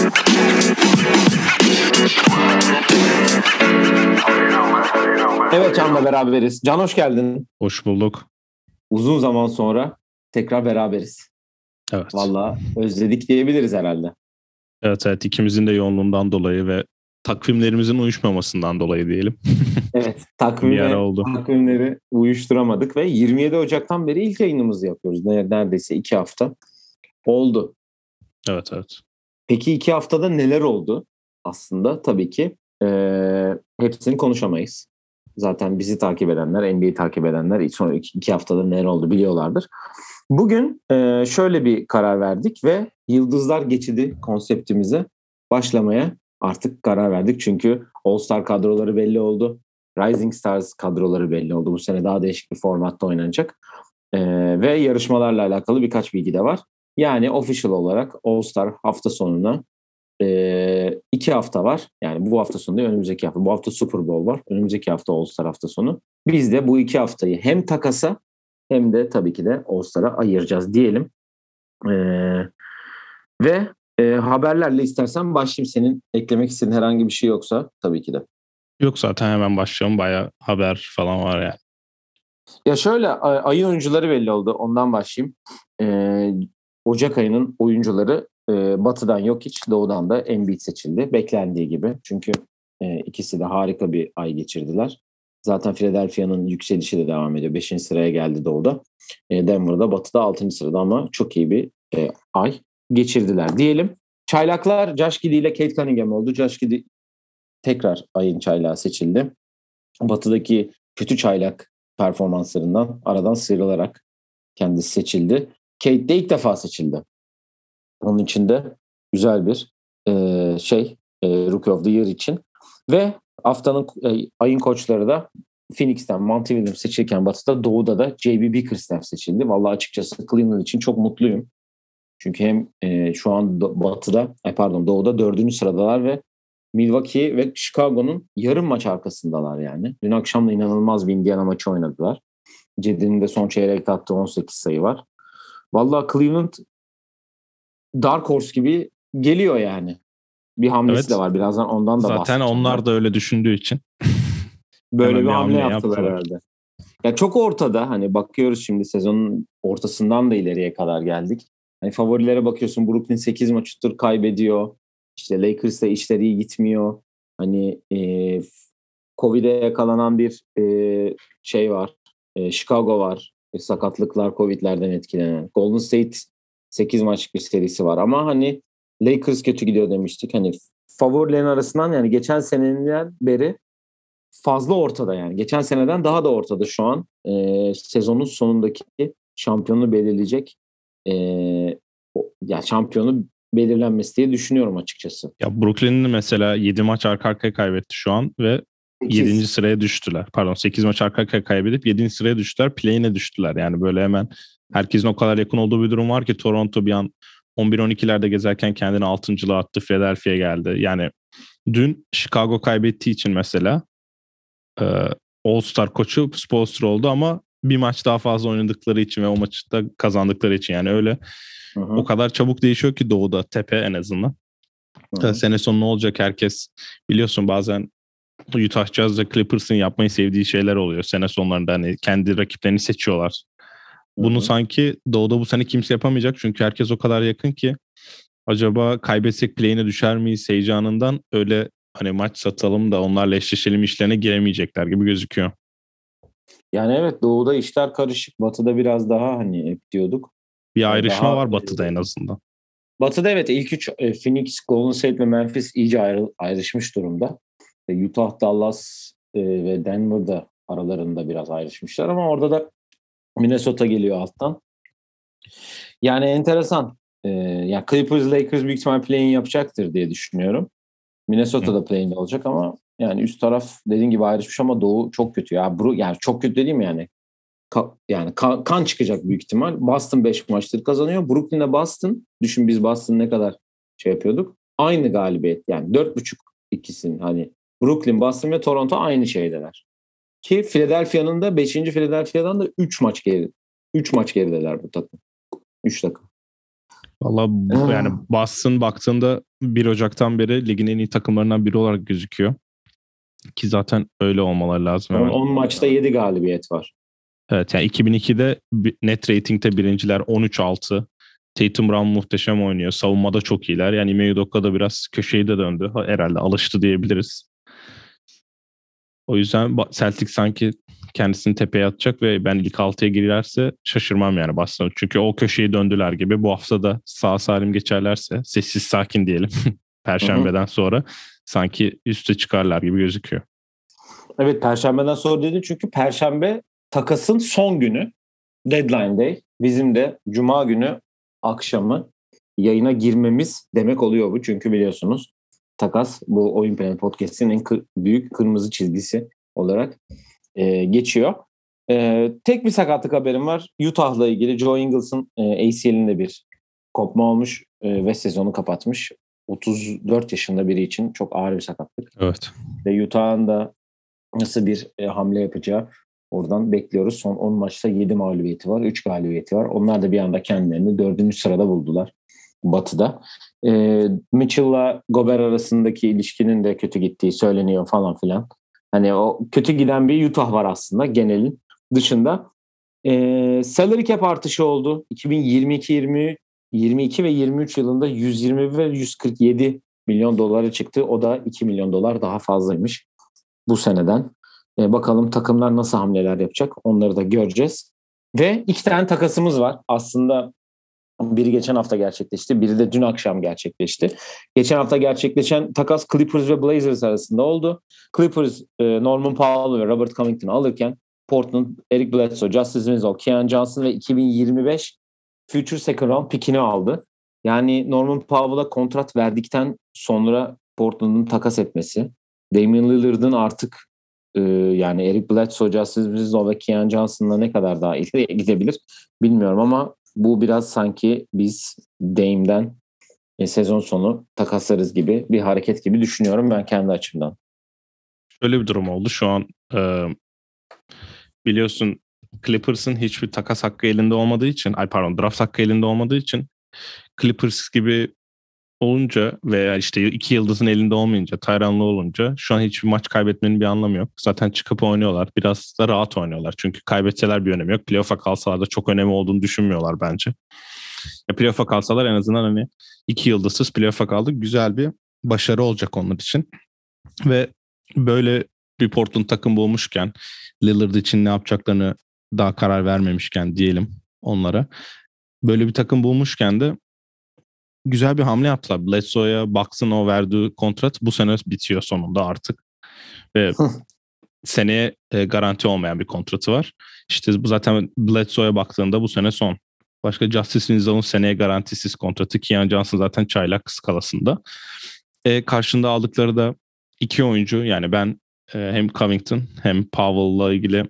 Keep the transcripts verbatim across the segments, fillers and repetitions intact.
Evet Can'la beraberiz. Can hoş geldin. Hoş bulduk. Uzun zaman sonra tekrar beraberiz. Evet. Vallahi özledik diyebiliriz herhalde. Evet evet ikimizin de yoğunluğundan dolayı ve takvimlerimizin uyuşmamasından dolayı diyelim. Evet takvimi, takvimleri uyuşturamadık ve yirmi yedi Ocak'tan beri ilk yayınımızı yapıyoruz. Neredeyse iki hafta oldu. Evet evet. Peki iki haftada neler oldu aslında? Tabii ki ee, hepsini konuşamayız. Zaten bizi takip edenler, N B A'yi takip edenler son iki, iki haftada neler oldu biliyorlardır. Bugün e, şöyle bir karar verdik ve Yıldızlar Geçidi konseptimize başlamaya artık karar verdik. Çünkü All-Star kadroları belli oldu. Rising Stars kadroları belli oldu. Bu sene daha değişik bir formatta oynanacak. E, ve yarışmalarla alakalı birkaç bilgi de var. Yani official olarak All-Star hafta sonuna e, iki hafta var. Yani bu hafta sonu değil, önümüzdeki hafta. Bu hafta Super Bowl var. Önümüzdeki hafta All-Star hafta sonu. Biz de bu iki haftayı hem takasa hem de tabii ki de All-Star'a ayıracağız diyelim. Ee, ve e, haberlerle istersen başlayayım. Senin eklemek istediğin herhangi bir şey yoksa tabii ki de. Yok zaten hemen başlayalım. Bayağı haber falan var yani. Ya şöyle ayın oyuncuları belli oldu. Ondan başlayayım. Ee, Ocak ayının oyuncuları e, Batı'dan yok hiç, Doğu'dan da Embiid seçildi. Beklendiği gibi. Çünkü e, ikisi de harika bir ay geçirdiler. Zaten Philadelphia'nın yükselişi de devam ediyor. Beşinci sıraya geldi Doğu'da. E, Denver'da Batı'da altıncı sırada ama çok iyi bir e, ay geçirdiler diyelim. Çaylaklar Josh Giddey ile Cade Cunningham oldu. Josh Giddey tekrar ayın çaylağı seçildi. Batı'daki kötü çaylak performanslarından aradan sıyrılarak kendisi seçildi. Cade de ilk defa seçildi. Onun için de güzel bir e, şey e, Rookie of the Year için. Ve haftanın e, ayın koçları da Phoenix'ten Monty Williams seçilirken Batı'da, Doğu'da da J B Bickerstaff seçildi. Vallahi açıkçası Cleveland için çok mutluyum. Çünkü hem e, şu an Batı'da, ay pardon Doğu'da dördüncü sıradalar ve Milwaukee ve Chicago'nun yarım maç arkasındalar yani. Dün akşam da inanılmaz bir Indiana maçı oynadılar. Cedi'nin de son çeyrekte attığı on sekiz sayı var. Vallahi Cleveland Dark Horse gibi geliyor yani. Bir hamlesi evet. de var. Birazdan ondan da Zaten bahsedeceğim. Zaten onlar da öyle düşündüğü için. Böyle bir, bir hamle yaptılar, yaptılar herhalde. Ya çok ortada. Hani bakıyoruz şimdi sezonun ortasından da ileriye kadar geldik. Hani favorilere bakıyorsun. Brooklyn sekiz maçtır kaybediyor. İşte Lakers'ta işler iyi gitmiyor. Hani e, Covid'e yakalanan bir e, şey var. E, Chicago var. E, sakatlıklar, Covid'lerden etkilenen. Golden State sekiz maçlık bir serisi var. Ama hani Lakers kötü gidiyor demiştik. Hani favorilerin arasından yani geçen seneden beri fazla ortada yani. Geçen seneden daha da ortada şu an. E, sezonun sonundaki şampiyonu belirleyecek e, ya şampiyonu belirlenmesi diye düşünüyorum açıkçası. Ya Brooklyn'in mesela yedi maç arka arkaya kaybetti şu an ve yedinci sıraya düştüler. Pardon sekiz maç arka arkaya kaybedip yedinci sıraya düştüler. Play-in'e düştüler. Yani böyle hemen herkesin o kadar yakın olduğu bir durum var ki Toronto bir an on bir on ikilerde gezerken kendini altıncılığa attı. Philadelphia geldi. Yani dün Chicago kaybettiği için mesela All-Star koçu Spoelstra oldu ama bir maç daha fazla oynadıkları için ve o maçı da kazandıkları için yani öyle hı hı. O kadar çabuk değişiyor ki Doğu'da tepe en azından. Hı hı. Sene sonu ne olacak herkes biliyorsun bazen Utah Jazz'da Clippers'ın yapmayı sevdiği şeyler oluyor. Sene sonlarında hani kendi rakiplerini seçiyorlar. Bunu hı hı. sanki Doğu'da bu sene kimse yapamayacak çünkü herkes o kadar yakın ki acaba kaybetsek play-in'e düşer miyiz heyecanından öyle hani maç satalım da onlarla eşleşelim işlerine giremeyecekler gibi gözüküyor. Yani evet Doğu'da işler karışık. Batı'da biraz daha hani hep diyorduk. Bir ayrışma daha, var Batı'da e, en azından. Batı'da evet ilk üç e, Phoenix, Golden State ve Memphis iyice ayrı, ayrışmış durumda. E, Utah, Dallas e, ve Denver'da aralarında biraz ayrışmışlar ama orada da Minnesota geliyor alttan. Yani enteresan. E, yani Clippers, Lakers büyük ihtimal play-in yapacaktır diye düşünüyorum. Minnesota'da play-in olacak ama yani üst taraf dediğin gibi ayrışmış ama Doğu çok kötü ya. Bru, yani çok kötü dediğim yani. Ka, yani kan, kan çıkacak büyük ihtimal. Boston beş maçtır kazanıyor. Brooklyn'le Boston. Düşün biz Boston ne kadar şey yapıyorduk. Aynı galibiyet yani dört buçuk ikisinin hani Brooklyn, Boston ve Toronto aynı şeydeler. Ki Philadelphia'nın da beşinci Philadelphia'dan da üç maç geri. üç maç gerideler bu takım. üç takım. Vallahi yani Boston baktığında bir Ocak'tan beri ligin en iyi takımlarından biri olarak gözüküyor. Ki zaten öyle olmaları lazım hemen. on maçta yedi galibiyet var. Evet, yani iki bin ikide net rating'te birinciler on üç altı. Tatum Brown muhteşem oynuyor. Savunmada çok iyiler. Yani Ime Udoka da biraz köşeyi de döndü. Herhalde alıştı diyebiliriz. O yüzden Celtics sanki kendisini tepeye atacak ve ben ilk altıya girerse şaşırmam yani Boston. Çünkü o köşeyi döndüler gibi. Bu hafta da sağ salim geçerlerse, sessiz sakin diyelim, Perşembeden sonra sanki üste çıkarlar gibi gözüküyor. Evet, Perşembeden sonra dedi çünkü Perşembe takasın son günü. Deadline Day. Bizim de Cuma günü akşamı yayına girmemiz demek oluyor bu. Çünkü biliyorsunuz takas bu Oyun Planı Podcast'in en kır, büyük kırmızı çizgisi olarak e, geçiyor. E, tek bir sakatlık haberim var. Utah'la ilgili Joe Ingles'ın e, A C L'inde bir kopma olmuş e, ve sezonu kapatmış. otuz dört yaşında biri için çok ağır bir sakatlık. Evet. Ve Utah'ın da nasıl bir e, hamle yapacağı oradan bekliyoruz. Son on maçta yedi mağlubiyeti var, üç galibiyeti var. Onlar da bir anda kendilerini dördüncü sırada buldular Batı'da. E, Mitchell'la Gobert arasındaki ilişkinin de kötü gittiği söyleniyor falan filan. Hani o kötü giden bir Utah var aslında genelin dışında. E, salary cap artışı oldu. iki bin yirmi iki yirmi yirmi iki ve yirmi üç yılında yüz yirmi ve yüz kırk yedi milyon dolara çıktı. O da iki milyon dolar daha fazlaymış bu seneden. E, bakalım takımlar nasıl hamleler yapacak, onları da göreceğiz. Ve iki tane takasımız var. Aslında biri geçen hafta gerçekleşti, biri de dün akşam gerçekleşti. Geçen hafta gerçekleşen takas Clippers ve Blazers arasında oldu. Clippers e, Norman Powell ve Robert Covington'ı alırken Portland, Eric Bledsoe, Justice Winslow, Keon Johnson ve iki bin yirmi beş Future Second Round pickini aldı. Yani Norman Powell'a kontrat verdikten sonra Portland'ın takas etmesi, Damian Lillard'ın artık e, yani Eric Bledsoe, Justice Winslow ve Keon Johnson'la ne kadar daha ileriye gidebilir bilmiyorum ama bu biraz sanki biz Dame'den e, sezon sonu takaslarız gibi bir hareket gibi düşünüyorum ben kendi açımdan. Şöyle bir durum oldu. Şu an e, biliyorsun Clippers'ın hiçbir takas hakkı elinde olmadığı için, ay pardon draft hakkı elinde olmadığı için Clippers gibi olunca veya işte iki yıldızın elinde olmayınca, Tyronn olunca şu an hiçbir maç kaybetmenin bir anlamı yok. Zaten çıkıp oynuyorlar. Biraz da rahat oynuyorlar. Çünkü kaybetseler bir önemi yok. Playoff'a kalsalar da çok önemi olduğunu düşünmüyorlar bence. Ya playoff'a kalsalar en azından hani iki yıldızsız playoff'a kaldık. Güzel bir başarı olacak onlar için. Ve böyle bir Portland takım bulmuşken, Lillard için ne yapacaklarını daha karar vermemişken diyelim onlara. Böyle bir takım bulmuşken de güzel bir hamle yaptılar. Bledsoe'ya Bucks'ın o verdiği kontrat bu sene bitiyor sonunda artık. Ve seneye e, garanti olmayan bir kontratı var. İşte bu zaten Bledsoe'ya baktığında bu sene son. Başka Justice Winslow'un seneye garantisiz kontratı. Keon Johnson zaten çaylak skalasında. E, karşında aldıkları da iki oyuncu. Yani ben e, hem Covington hem Powell'la ilgili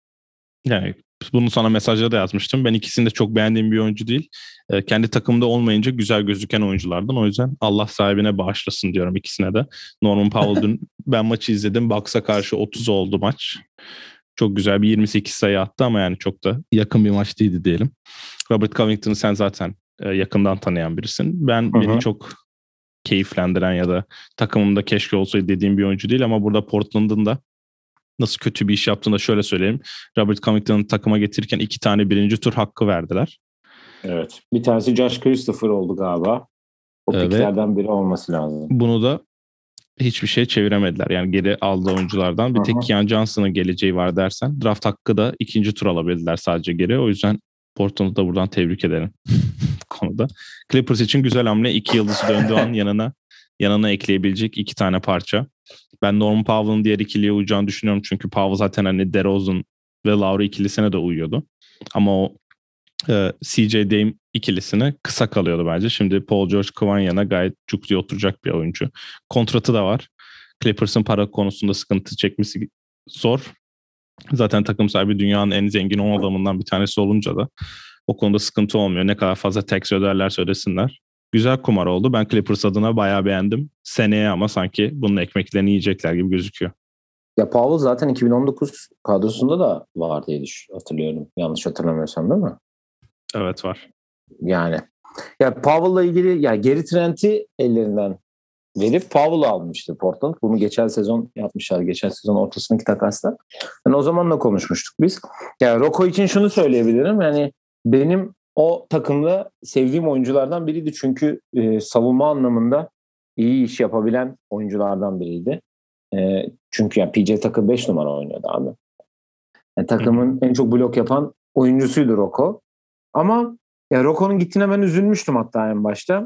yani bunu sana mesajda da yazmıştım. Ben ikisini de çok beğendiğim bir oyuncu değil. E, kendi takımda olmayınca güzel gözüken oyunculardan. O yüzden Allah sahibine bağışlasın diyorum ikisine de. Norman Powell dün ben maçı izledim. Bucks'a karşı otuz oldu maç. Çok güzel bir yirmi sekiz sayı attı ama yani çok da yakın bir maç değildi diyelim. Robert Covington'ı sen zaten e, yakından tanıyan birisin. Ben Hı-hı. beni çok keyiflendiren ya da takımımda keşke olsaydı dediğim bir oyuncu değil ama burada Portland'ın da nasıl kötü bir iş yaptığını da şöyle söyleyeyim. Robert Covington'ı takıma getirirken iki tane birinci tur hakkı verdiler. Evet. Bir tanesi Josh Christopher oldu galiba. O evet. Piklerden biri olması lazım. Bunu da hiçbir şey çeviremediler. Yani geri aldığı oyunculardan bir Hı-hı. tek Keon Johnson'ın geleceği var dersen draft hakkı da ikinci tur alabildiler sadece geri. O yüzden Portland'ı da buradan tebrik ederim konuda. Clippers için güzel hamle. İki yıldızı döndüğü an yanına yanına ekleyebilecek iki tane parça. Ben Norman Powell'ın diğer ikiliye uyacağını düşünüyorum. Çünkü Powell zaten hani DeRozan ve Lowry ikilisine de uyuyordu. Ama o e, C J Dame ikilisine kısa kalıyordu bence. Şimdi Paul George Kawhi'na gayet cuk oturacak bir oyuncu. Kontratı da var. Clippers'ın para konusunda sıkıntı çekmesi zor. Zaten takım sahibi dünyanın en zengin on adamından bir tanesi olunca da o konuda sıkıntı olmuyor. Ne kadar fazla tax öderlerse ödesinler. Güzel kumar oldu. Ben Clippers adına bayağı beğendim. Seneye ama sanki bunun ekmeklerini yiyecekler gibi gözüküyor. Ya Powell zaten iki bin on dokuz kadrosunda da var diye hatırlıyorum. Yanlış hatırlamıyorsam değil mi? Evet var. Yani Ya Powell'la ilgili ya Gary Trent'i ellerinden verip Powell'ı almıştı Portland. Bunu geçen sezon yapmışlar. Geçen sezon ortasındaki takasla. Yani o zaman da konuşmuştuk biz. Yani Rocco için şunu söyleyebilirim. Yani benim o takımda sevdiğim oyunculardan biriydi. Çünkü e, savunma anlamında iyi iş yapabilen oyunculardan biriydi. E, çünkü yani P J Tucker beş numara oynuyordu abi. Yani takımın en çok blok yapan oyuncusuydu Rocco. Ama ya Rocco'nun gittiğine ben üzülmüştüm hatta en başta.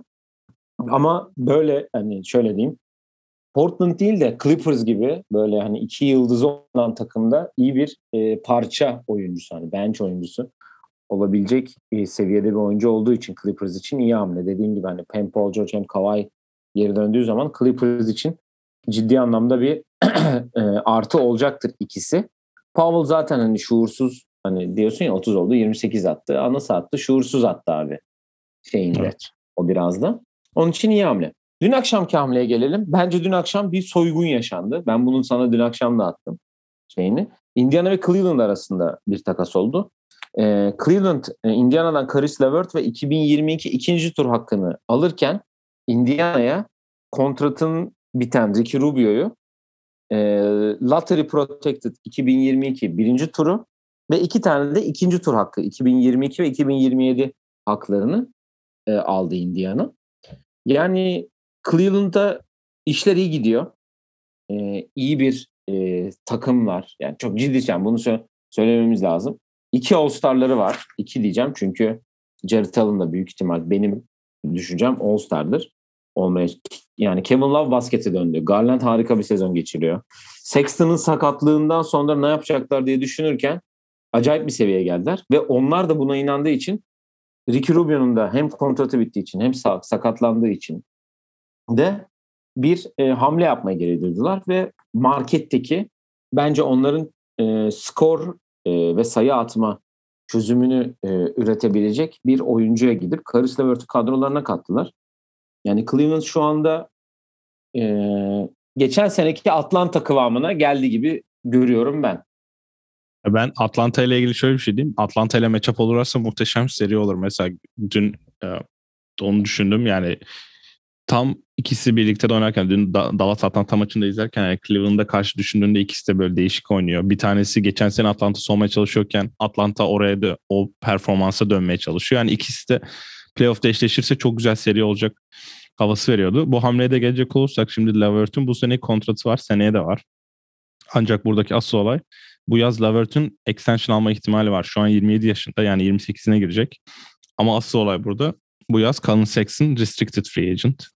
Ama böyle hani şöyle diyeyim. Portland değil de Clippers gibi böyle hani iki yıldızı olan takımda iyi bir e, parça oyuncusu, hani bench oyuncusu olabilecek e, seviyede bir oyuncu olduğu için Clippers için iyi hamle. Dediğim gibi hani hem Paul George hem Kawhi geri döndüğü zaman Clippers için ciddi anlamda bir e, artı olacaktır ikisi. Powell zaten hani şuursuz, hani diyorsun ya otuz oldu yirmi sekiz attı. Anası attı, şuursuz attı abi şeyinde. Evet. O biraz da. Onun için iyi hamle. Dün akşamki hamleye gelelim. Bence dün akşam bir soygun yaşandı. Ben bunun sana dün akşam da attım şeyini. Indiana ve Cleveland arasında bir takas oldu. Ee, Cleveland, Indiana'dan Caris LeVert ve iki bin yirmi iki ikinci tur hakkını alırken Indiana'ya kontratın biten Ricky Rubio'yu e, Lottery Protected iki bin yirmi iki birinci turu ve iki tane de ikinci tur hakkı iki bin yirmi iki ve iki bin yirmi yedi haklarını e, aldı Indiana. Yani Cleveland'da işler iyi gidiyor. E, iyi bir e, takım var. Yani çok ciddi, yani bunu sö- söylememiz lazım. İki All-Star'ları var. İki diyeceğim çünkü Jared Allen da büyük ihtimal, benim düşüncem, All-Star'dır. Olmaya, yani Kevin Love baskete döndü. Garland harika bir sezon geçiriyor. Sexton'ın sakatlığından sonra ne yapacaklar diye düşünürken acayip bir seviyeye geldiler. Ve onlar da buna inandığı için, Ricky Rubio'nun da hem kontratı bittiği için hem sakatlandığı için de bir e, hamle yapmaya gereği duydular ve marketteki bence onların e, skor e, ve sayı atma çözümünü e, üretebilecek bir oyuncuya gidip Caris LeVert'ü kadrolarına kattılar. Yani Cleveland şu anda e, geçen seneki Atlanta kıvamına geldi gibi görüyorum ben. Ben Atlanta ile ilgili şöyle bir şey diyeyim. Atlanta ile matchup olursa muhteşem bir seri olur. Mesela dün e, onu düşündüm. Yani tam ikisi birlikte de oynarken, dün Dallas Atlanta maçında izlerken, yani Cleveland'a karşı düşündüğünde ikisi de böyle değişik oynuyor. Bir tanesi geçen sene Atlanta olmaya çalışıyorken Atlanta oraya da o performansa dönmeye çalışıyor. Yani ikisi de playoff'ta eşleşirse çok güzel seri olacak havası veriyordu. Bu hamleye de gelecek olursak, şimdi LeVert'ün bu sene kontratı var, seneye de var. Ancak buradaki asıl olay, bu yaz LeVert'ün extension alma ihtimali var. Şu an yirmi yedi yaşında, yani yirmi sekizine girecek. Ama asıl olay burada, bu yaz Colin Sexton restricted free agent.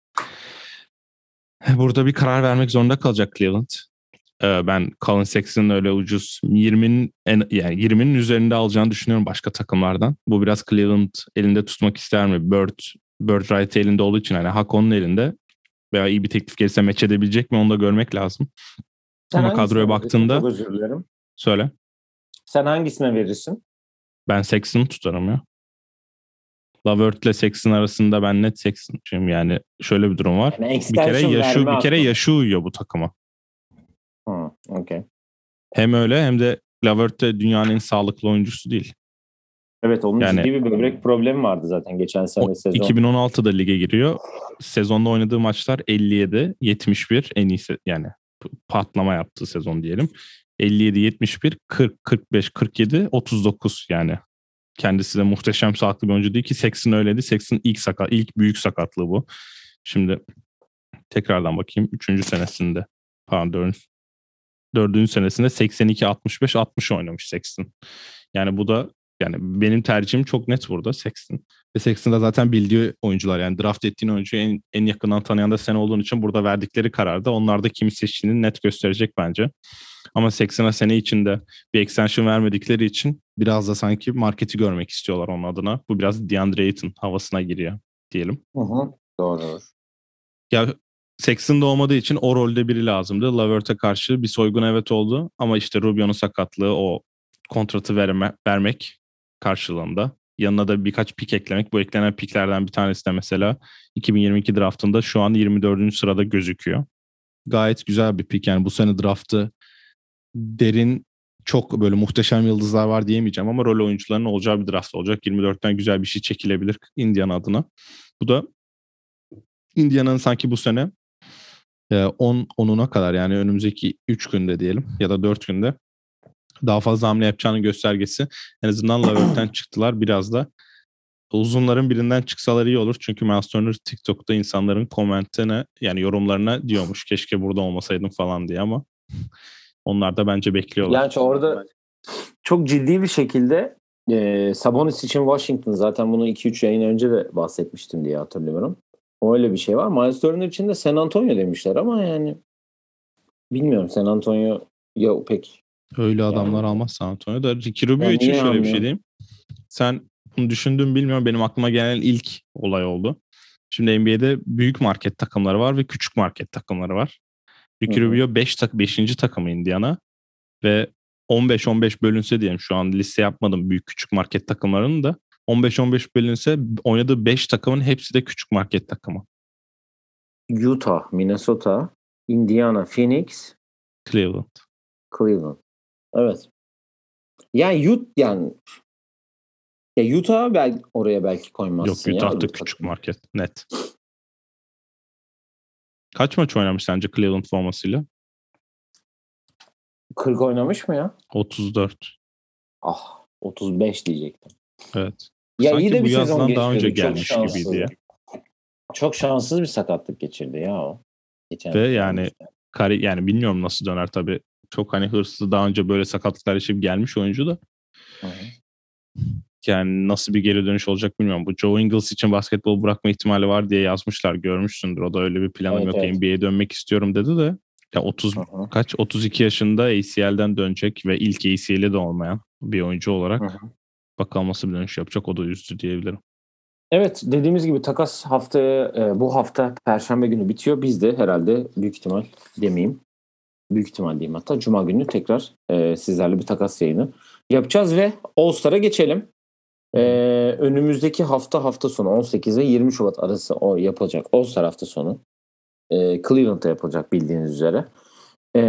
Burada bir karar vermek zorunda kalacak Cleveland. Ben Colin Sexton'ın öyle ucuz yirminin en, yani yirminin üzerinde alacağını düşünüyorum başka takımlardan. Bu biraz Cleveland elinde tutmak ister mi? Bird, Bird Wright elinde olduğu için, hani hak onun elinde. Veya iyi bir teklif gelirse match edebilecek mi, onu da görmek lazım. Sen ama kadroya baktığında... Çok özür dilerim. Söyle. Sen hangisine verirsin? Ben Sexton'ı tutarım ya. LeVert ile Sexton arasında ben net Sexton'cıyım. Yani şöyle bir durum var. Yani bir kere yaşı bir kere aklım. yaşı uyuyor bu takıma. Hmm, okay. Hem öyle hem de LeVert de dünyanın en sağlıklı oyuncusu değil. Evet, onun yani, ciddi bir böbrek problemi vardı zaten geçen sene sezon. iki bin on altıda lige giriyor. Sezonda oynadığı maçlar elli yedi yetmiş bir, en iyisi yani patlama yaptığı sezon diyelim. elli yedi yetmiş bir, kırk kırk beş kırk yedi otuz dokuz, yani kendisi de muhteşem sağlıklı bir oyuncu değil ki. Sexton öyleydi. Sexton ilk sakat, ilk büyük sakatlığı bu. Şimdi tekrardan bakayım. Üçüncü senesinde, pardon dördüncü, dördüncü senesinde seksen iki altmış beş altmış oynamış Sexton. Yani bu da, yani benim tercihim çok net burada Sexton. Ve Sexton'da zaten bildiği oyuncular, yani draft ettiğin oyuncuyu en, en yakından tanıyan da sen olduğun için burada verdikleri kararda onlar da kimi seçtiğini net gösterecek bence. Ama Sexton'a sene içinde bir extension vermedikleri için biraz da sanki marketi görmek istiyorlar onun adına. Bu biraz DeAndre Ayton havasına giriyor diyelim. Hı hı, doğru. Ya Sexton da olmadığı için o rolde biri lazımdı. LeVert'e karşı bir soygun evet oldu ama işte Rubio'nun sakatlığı o kontratı verme, vermek karşılığında. Yanına da birkaç pik eklemek. Bu eklenen piklerden bir tanesi de mesela iki bin yirmi iki draftında şu an yirmi dördüncü sırada gözüküyor. Gayet güzel bir pik. Yani bu sene draftı derin çok böyle muhteşem yıldızlar var diyemeyeceğim ama rol oyuncularının olacağı bir draft olacak. yirmi dörtten güzel bir şey çekilebilir Indiana adına. Bu da Indiana'nın sanki bu sene on onuna kadar, yani önümüzdeki üç günde diyelim ya da dört günde daha fazla hamle yapacağının göstergesi. En azından Lavert'ten çıktılar. Biraz da uzunların birinden çıksalar iyi olur. Çünkü Miles Turner TikTok'ta insanların komentine, yani yorumlarına diyormuş keşke burada olmasaydım falan diye, ama onlar da bence bekliyorlar. Yani orada çok ciddi bir şekilde e, Sabonis için Washington, zaten bunu iki üç yayın önce de bahsetmiştim diye hatırlıyorum. Öyle bir şey var. Miles Turner için de San Antonio demişler ama yani bilmiyorum, San Antonio ya pek. Öyle adamlar yani almaz San Antonio'da. Ricky Rubio için şöyle almıyor? bir şey diyeyim. Sen bunu düşündüğümü bilmiyorum. Benim aklıma gelen ilk olay oldu. Şimdi N B A'de büyük market takımları var ve küçük market takımları var. Ricky Rubio beş tak beşinci takımı Indiana ve on beş on beş bölünse diyelim, şu an liste yapmadım büyük küçük market takımlarının da, on beş on beş bölünse oynadığı beş takımın hepsi de küçük market takımı. Utah, Minnesota, Indiana, Phoenix, Cleveland. Cleveland. Evet. Yani Ut yani ya Utah belki oraya belki koymazsın. Yok, ya. Utah'ta küçük market net. Kaç maç oynamış sence Cleveland formasıyla? kırk oynamış mı ya? otuz dört. Ah, otuz beş diyecektim. Evet. Ya sanki iyi de bu bir sezon yazdan geçirdi. daha önce Çok gelmiş şanssız. gibiydi ya. Çok şanssız bir sakatlık geçirdi ya o. Geçen Ve yani kari, yani bilmiyorum nasıl döner tabii. Çok hani hırslı, daha önce böyle sakatlıklar yaşayıp gelmiş oyuncu da. Hı-hı. Yani nasıl bir geri dönüş olacak bilmiyorum. Bu Joe Ingles için basketbol bırakma ihtimali var diye yazmışlar. Görmüşsündür. O da öyle bir planım evet, yok, evet. N B A'ye dönmek istiyorum dedi de. Ya otuz Hı-hı. kaç otuz iki yaşında A C L'den dönecek ve ilk A C L'i de olmayan bir oyuncu olarak Hı-hı. bakalım nasıl bir dönüş yapacak. O da üzdü diyebilirim. Evet, dediğimiz gibi takas haftaya e, bu hafta Perşembe günü bitiyor. Biz de herhalde büyük ihtimal demeyeyim. Büyük ihtimal diyeyim hatta. Cuma günü tekrar e, sizlerle bir takas yayını yapacağız ve All-Star'a geçelim. E, önümüzdeki hafta hafta sonu on sekiz ve yirmi Şubat arası o yapılacak All-Star hafta sonu. E, Cleveland'da yapılacak bildiğiniz üzere. E,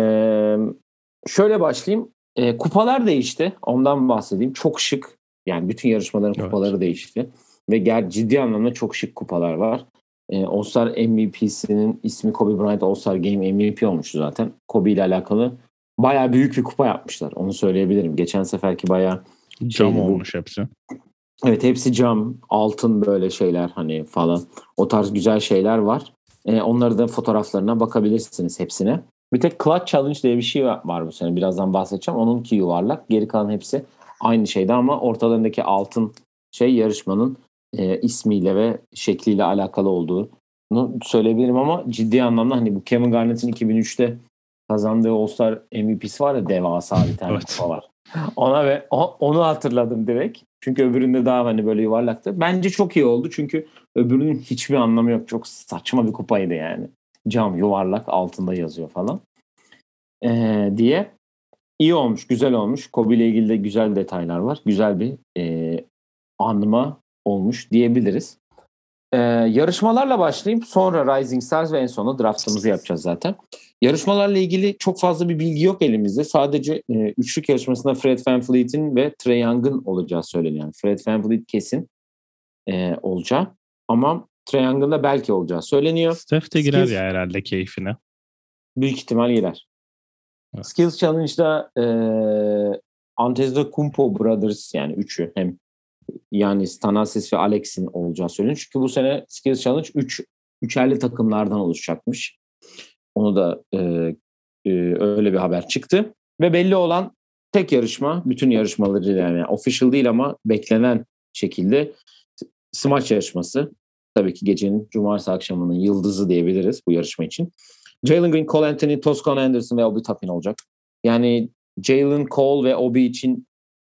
şöyle başlayayım. E, kupalar değişti. Ondan bahsedeyim. Çok şık. Yani bütün yarışmaların kupaları evet. değişti. Ve ger ciddi anlamda çok şık kupalar var. E, All-Star M V P'sinin ismi Kobe Bryant All-Star Game M V P olmuştu zaten. Kobe ile alakalı bayağı büyük bir kupa yapmışlar. Onu söyleyebilirim. Geçen seferki bayağı cam olmuş bu. Hepsi. Evet, hepsi cam, altın böyle şeyler hani falan. O tarz güzel şeyler var. E, onları da fotoğraflarına bakabilirsiniz hepsine. Bir tek Clutch Challenge diye bir şey var, var bu sene. Birazdan bahsedeceğim. Onunki yuvarlak. Geri kalan hepsi aynı şeydi ama ortalarındaki altın şey yarışmanın e, ismiyle ve şekliyle alakalı olduğunu söyleyebilirim ama ciddi anlamda hani bu Kevin Garnett'in iki bin üçte kazandığı All-Star M V P'si var ya, devasa bir tane kupa var. Ona ve onu hatırladım direkt. Çünkü öbüründe daha hani böyle yuvarlaktı. Bence çok iyi oldu çünkü öbürünün hiçbir anlamı yok. Çok saçma bir kupaydı yani. Cam, yuvarlak, altında yazıyor falan. Ee, diye. İyi olmuş, güzel olmuş. Kobe ile ilgili de güzel detaylar var. Güzel bir e, anma olmuş diyebiliriz. Ee, yarışmalarla başlayayım. Sonra Rising Stars ve en sonunda draftımızı yapacağız zaten. Yarışmalarla ilgili çok fazla bir bilgi yok elimizde. Sadece e, üçlük yarışmasında Fred VanVleet'in ve Trae Young'ın olacağı söyleniyor. Yani Fred VanVleet kesin e, olacağı. Ama Trae Young'ın da belki olacağı söyleniyor. Steph de girer ya herhalde keyfine. Büyük ihtimal girer. Evet. Skills Challenge'da e, Antetokounmpo Brothers yani üçü hem yani Thanasis ve Alex'in olacağı söyleniyor. Çünkü bu sene Skills Challenge üç üçerli takımlardan oluşacakmış. Onu da e, e, öyle bir haber çıktı. Ve belli olan tek yarışma, bütün yarışmaları yani official değil ama beklenen şekilde smaç yarışması. Tabii ki gecenin cumartesi akşamının yıldızı diyebiliriz bu yarışma için. Jalen Green, Cole Anthony, Toscano Anderson ve Obi Toppin olacak. Yani Jalen, Cole ve Obi için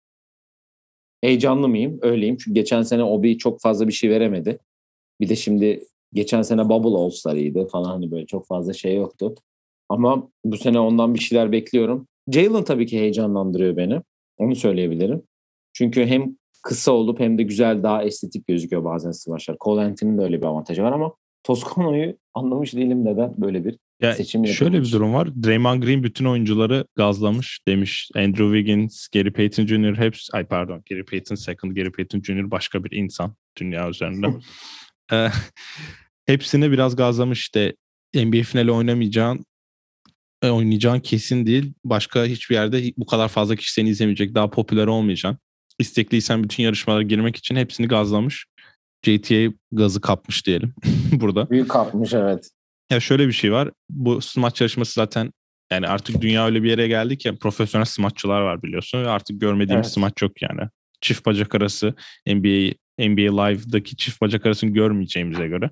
heyecanlı mıyım? Öyleyim. Çünkü geçen sene Obi çok fazla bir şey veremedi. Bir de şimdi geçen sene Bubble All-Star'ıydı falan, hani böyle çok fazla şey yoktu. Ama bu sene ondan bir şeyler bekliyorum. Jalen tabii ki heyecanlandırıyor beni. Onu söyleyebilirim. Çünkü hem kısa olup hem de güzel, daha estetik gözüküyor bazen smaçlar. Cole Anthony'nin de öyle bir avantajı var ama Toscano'yu anlamış değilim neden böyle bir Ya seçim şöyle bir yapılmış. durum var. Draymond Green bütün oyuncuları gazlamış demiş. Andrew Wiggins, Gary Payton Junior hepsi, ay pardon, Gary Payton second, Gary Payton Junior başka bir insan dünya üzerinde. Ee, hepsini biraz gazlamış işte. N B A finali oynamayacağın, e, oynayacağın kesin değil. Başka hiçbir yerde bu kadar fazla kişi seni izlemeyecek. Daha popüler olmayacaksın. İstekliysen bütün yarışmalara girmek için hepsini gazlamış. J T A gazı kapmış diyelim burada. Büyük kapmış, evet. Ya şöyle bir şey var. Bu smaç yarışması zaten, yani artık dünya öyle bir yere geldi ki profesyonel smaççılar var biliyorsun. Ve artık görmediğimiz Evet. smaç yok yani. Çift bacak arası N B A N B A Live'daki çift bacak arasını görmeyeceğimize göre.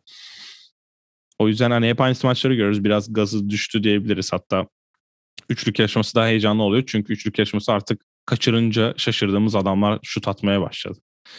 O yüzden hani hep aynı smaçları görüyoruz. Biraz gazı düştü diyebiliriz. Hatta üçlük yarışması daha heyecanlı oluyor. Çünkü üçlük yarışması artık kaçırınca şaşırdığımız adamlar şut atmaya başladı.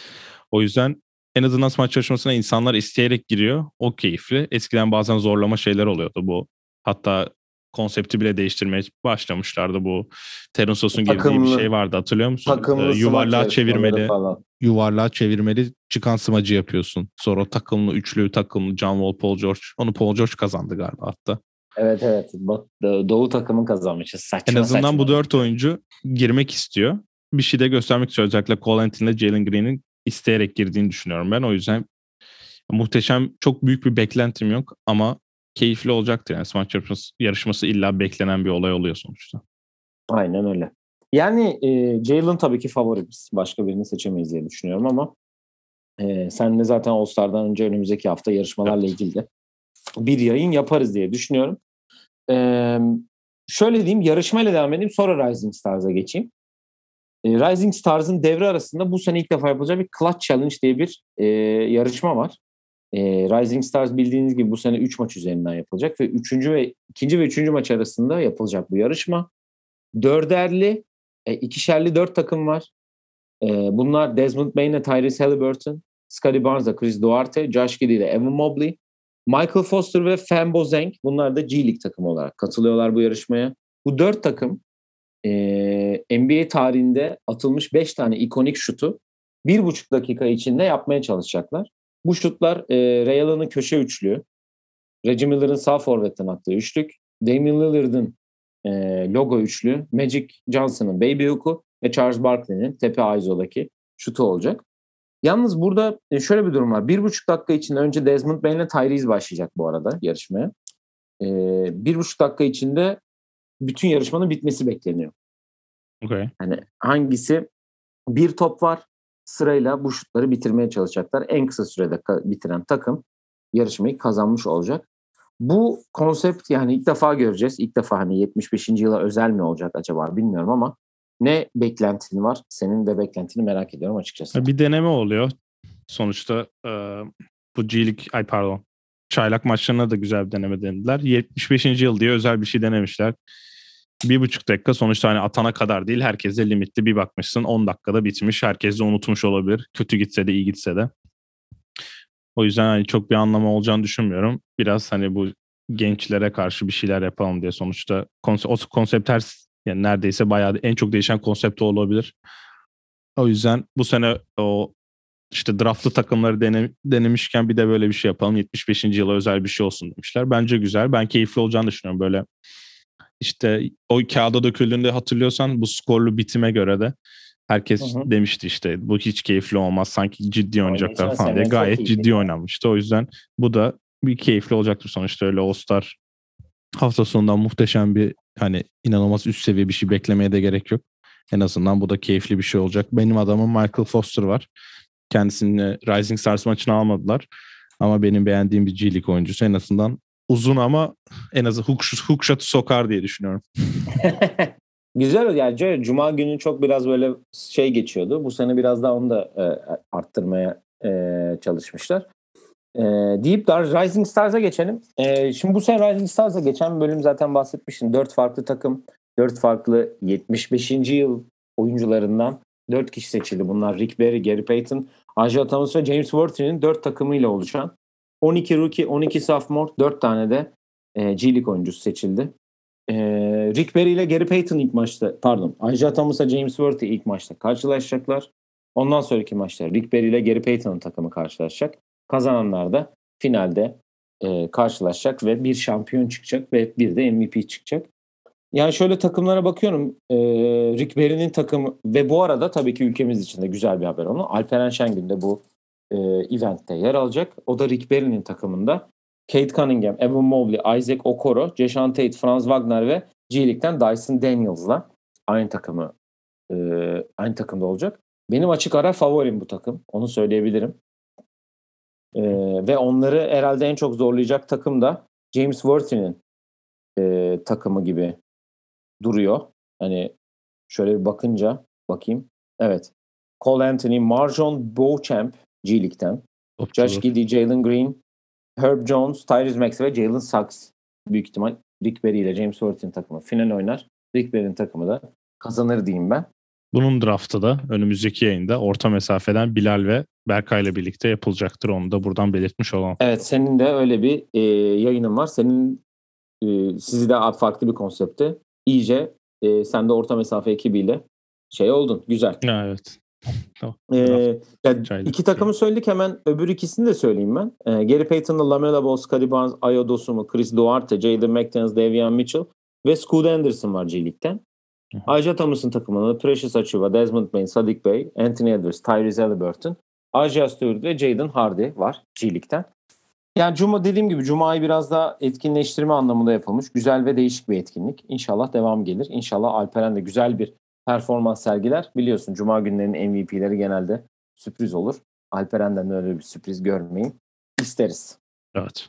O yüzden en azından smaç yarışmasına insanlar isteyerek giriyor. O keyifli. Eskiden bazen zorlama şeyler oluyordu bu. Hatta konsepti bile değiştirmeye başlamışlardı bu. Terensos'un girdiği bir Takımlı, şey vardı, hatırlıyor musun? takımlı Ee, smaç yuvarlığa yarışmaları çevirmeli, falan. yuvarlığa çevirmeli çıkan smacı yapıyorsun. Sonra o takımlı, üçlü takımlı John Wall, Paul George. Onu Paul George kazandı galiba hatta. Evet evet. Bak, Doğu takımın kazanmışız. En Saçma azından saçma. bu dört oyuncu girmek istiyor. Bir şey de göstermek istiyor. Özellikle Cole Anthony ile Jalen Green'in isteyerek girdiğini düşünüyorum ben. O yüzden muhteşem, çok büyük bir beklentim yok ama keyifli olacaktır. Yani smaç yarışması, yarışması illa beklenen bir olay oluyor sonuçta. Aynen öyle. Yani e, Jalen tabii ki favorimiz. Başka birini seçemeyiz diye düşünüyorum ama e, senle zaten All-Star'dan önce önümüzdeki hafta yarışmalarla Evet. ilgili de bir yayın yaparız diye düşünüyorum. E, şöyle diyeyim, yarışmayla devam edeyim, sonra Rising Stars'a geçeyim. E, Rising Stars'ın devre arasında bu sene ilk defa yapılacak bir Clutch Challenge diye bir e, yarışma var. E, Rising Stars bildiğiniz gibi bu sene üç maç üzerinden yapılacak ve üçüncü ve ikinci ve üçüncü maç arasında yapılacak bu yarışma. Dörderli, e, ikişerli dört takım var. E, bunlar Desmond Bane ile Tyrese Halliburton, Scottie Barnes ile Chris Duarte, Josh Giddey ile Evan Mobley, Michael Foster ve Fambo Zeng. Bunlar da G League takımı olarak katılıyorlar bu yarışmaya. Bu dört takım e, N B A tarihinde atılmış beş tane ikonik şutu bir buçuk dakika içinde yapmaya çalışacaklar. Bu şutlar e, Ray Allen'ın köşe üçlüğü, Reggie Miller'ın sağ forvetten attığı üçlük, Damian Lillard'ın e, logo üçlü, Magic Johnson'ın baby hook'u ve Charles Barkley'nin tepe izo'daki şutu olacak. Yalnız burada şöyle bir durum var. Bir buçuk dakika içinde önce Desmond Bane ile Tyrese başlayacak bu arada yarışmaya. E, bir buçuk dakika içinde bütün yarışmanın bitmesi bekleniyor. Okay. Yani hangisi, bir top var, sırayla bu şutları bitirmeye çalışacaklar. En kısa sürede bitiren takım yarışmayı kazanmış olacak. Bu konsept yani ilk defa göreceğiz. İlk defa hani yetmiş beşinci yıla özel mi olacak acaba bilmiyorum ama ne beklentin var? Senin de beklentini merak ediyorum açıkçası. Bir deneme oluyor. Sonuçta e, bu G League, ay pardon, çaylak maçlarına da güzel bir deneme denediler. yetmiş beşinci yıl diye özel bir şey denemişler. Bir buçuk dakika sonuçta, hani atana kadar değil, herkese limitli, bir bakmışsın on dakikada bitmiş. Herkes de unutmuş olabilir. Kötü gitse de iyi gitse de. O yüzden hani çok bir anlamı olacağını düşünmüyorum. Biraz hani bu gençlere karşı bir şeyler yapalım diye, sonuçta konsept, o konsept her, yani neredeyse bayağı en çok değişen konsept olabilir. O yüzden bu sene o işte draftlı takımları dene, denemişken bir de böyle bir şey yapalım. yetmiş beşinci yıla özel bir şey olsun demişler. Bence güzel. Ben keyifli olacağını düşünüyorum. Böyle işte o kağıda döküldüğünde hatırlıyorsan bu skorlu bitime göre de herkes Hı hı. demişti işte bu hiç keyifli olmaz, sanki ciddi oynayacaklar Geçen falan diye. sene çok Gayet iyiydi ciddi ya. oynanmıştı. O yüzden bu da bir keyifli olacaktır sonuçta. Öyle All-Star hafta sonundan muhteşem bir, hani inanılmaz üst seviye bir şey beklemeye de gerek yok. En azından bu da keyifli bir şey olacak. Benim adamım Michael Foster var. Kendisini Rising Stars maçına almadılar. Ama benim beğendiğim bir G League oyuncusu. En azından uzun ama en azından hook, hook shot'u sokar diye düşünüyorum. Güzel yani. Cuma günü çok biraz böyle şey geçiyordu. Bu sene biraz daha onu da e, arttırmaya e, çalışmışlar. E, deyip daha Rising Stars'a geçelim. E, şimdi bu sene Rising Stars'a geçen bölüm zaten bahsetmiştim. Dört farklı takım, dört farklı yetmiş beşinci yıl oyuncularından dört kişi seçildi. Bunlar Rick Barry, Gary Payton, Isaiah Thomas ve James Worthy'nin dört takımıyla oluşan on iki rookie, on iki sophomore, dört tane de e, G League oyuncusu seçildi. E, Rick Barry ile Gary Payton ilk maçta, pardon, Isaiah Thomas'la James Worthy ilk maçta karşılaşacaklar. Ondan sonraki maçta Rick Barry ile Gary Payton'ın takımı karşılaşacak. Kazananlar da finalde e, karşılaşacak ve bir şampiyon çıkacak ve bir de M V P çıkacak. Yani şöyle takımlara bakıyorum. E, Rick Barry'nin takımı ve bu arada tabii ki ülkemiz için de güzel bir haber onu. Alperen Şengün de bu e, eventte yer alacak. O da Rick Barry'nin takımında. Kate Cunningham, Evan Mobley, Isaac Okoro, Jason Tate, Franz Wagner ve G League'den Dyson Daniels'la aynı takımı e, aynı takımda olacak. Benim açık ara favorim bu takım. Onu söyleyebilirim. E, ve onları herhalde en çok zorlayacak takım da James Worthy'nin e, takımı gibi duruyor. Hani şöyle bir bakınca bakayım. Evet. Cole Anthony, Marjon Beauchamp G League'den. Josh Giddey, Jalen Green, Herb Jones, Tyrese Maxey ve Jalen Suggs. Büyük ihtimal Rick Barry ile James Worthy'nin takımı final oynar. Rick Barry'nin takımı da kazanır diyeyim ben. Bunun draftı da önümüzdeki yayında orta mesafeden Bilal ve Berkay ile birlikte yapılacaktır. Onu da buradan belirtmiş olalım. Evet, senin de öyle bir e, yayının var. Senin e, sizi de farklı bir konsepte iyice e, sen de orta mesafe ekibiyle şey oldun. Güzel. Evet. Tamam. Ee, yani iki takımı söyledik, hemen öbür ikisini de söyleyeyim ben. Ee, Gary Payton'la Lamela Ball, Scottie Barnes, Ayo Dosunmu, Chris Duarte, Jaden McDaniels, Davion Mitchell ve Scoot Anderson var G League'den. Aja Thomas'ın takımında Precious Achiuwa, Desmond Bane, Sadiq Bey, Anthony Edwards, Tyrese Haliburton, Aja Stewart ve Jaden Hardy var G League'den. Yani Cuma, dediğim gibi Cuma'yı biraz daha etkinleştirme anlamında yapılmış. Güzel ve değişik bir etkinlik. İnşallah devam gelir. İnşallah Alperen de güzel bir performans sergiler. Biliyorsun Cuma günlerinin M V P'leri genelde sürpriz olur. Alperen'den öyle bir sürpriz görmeyi isteriz. Evet.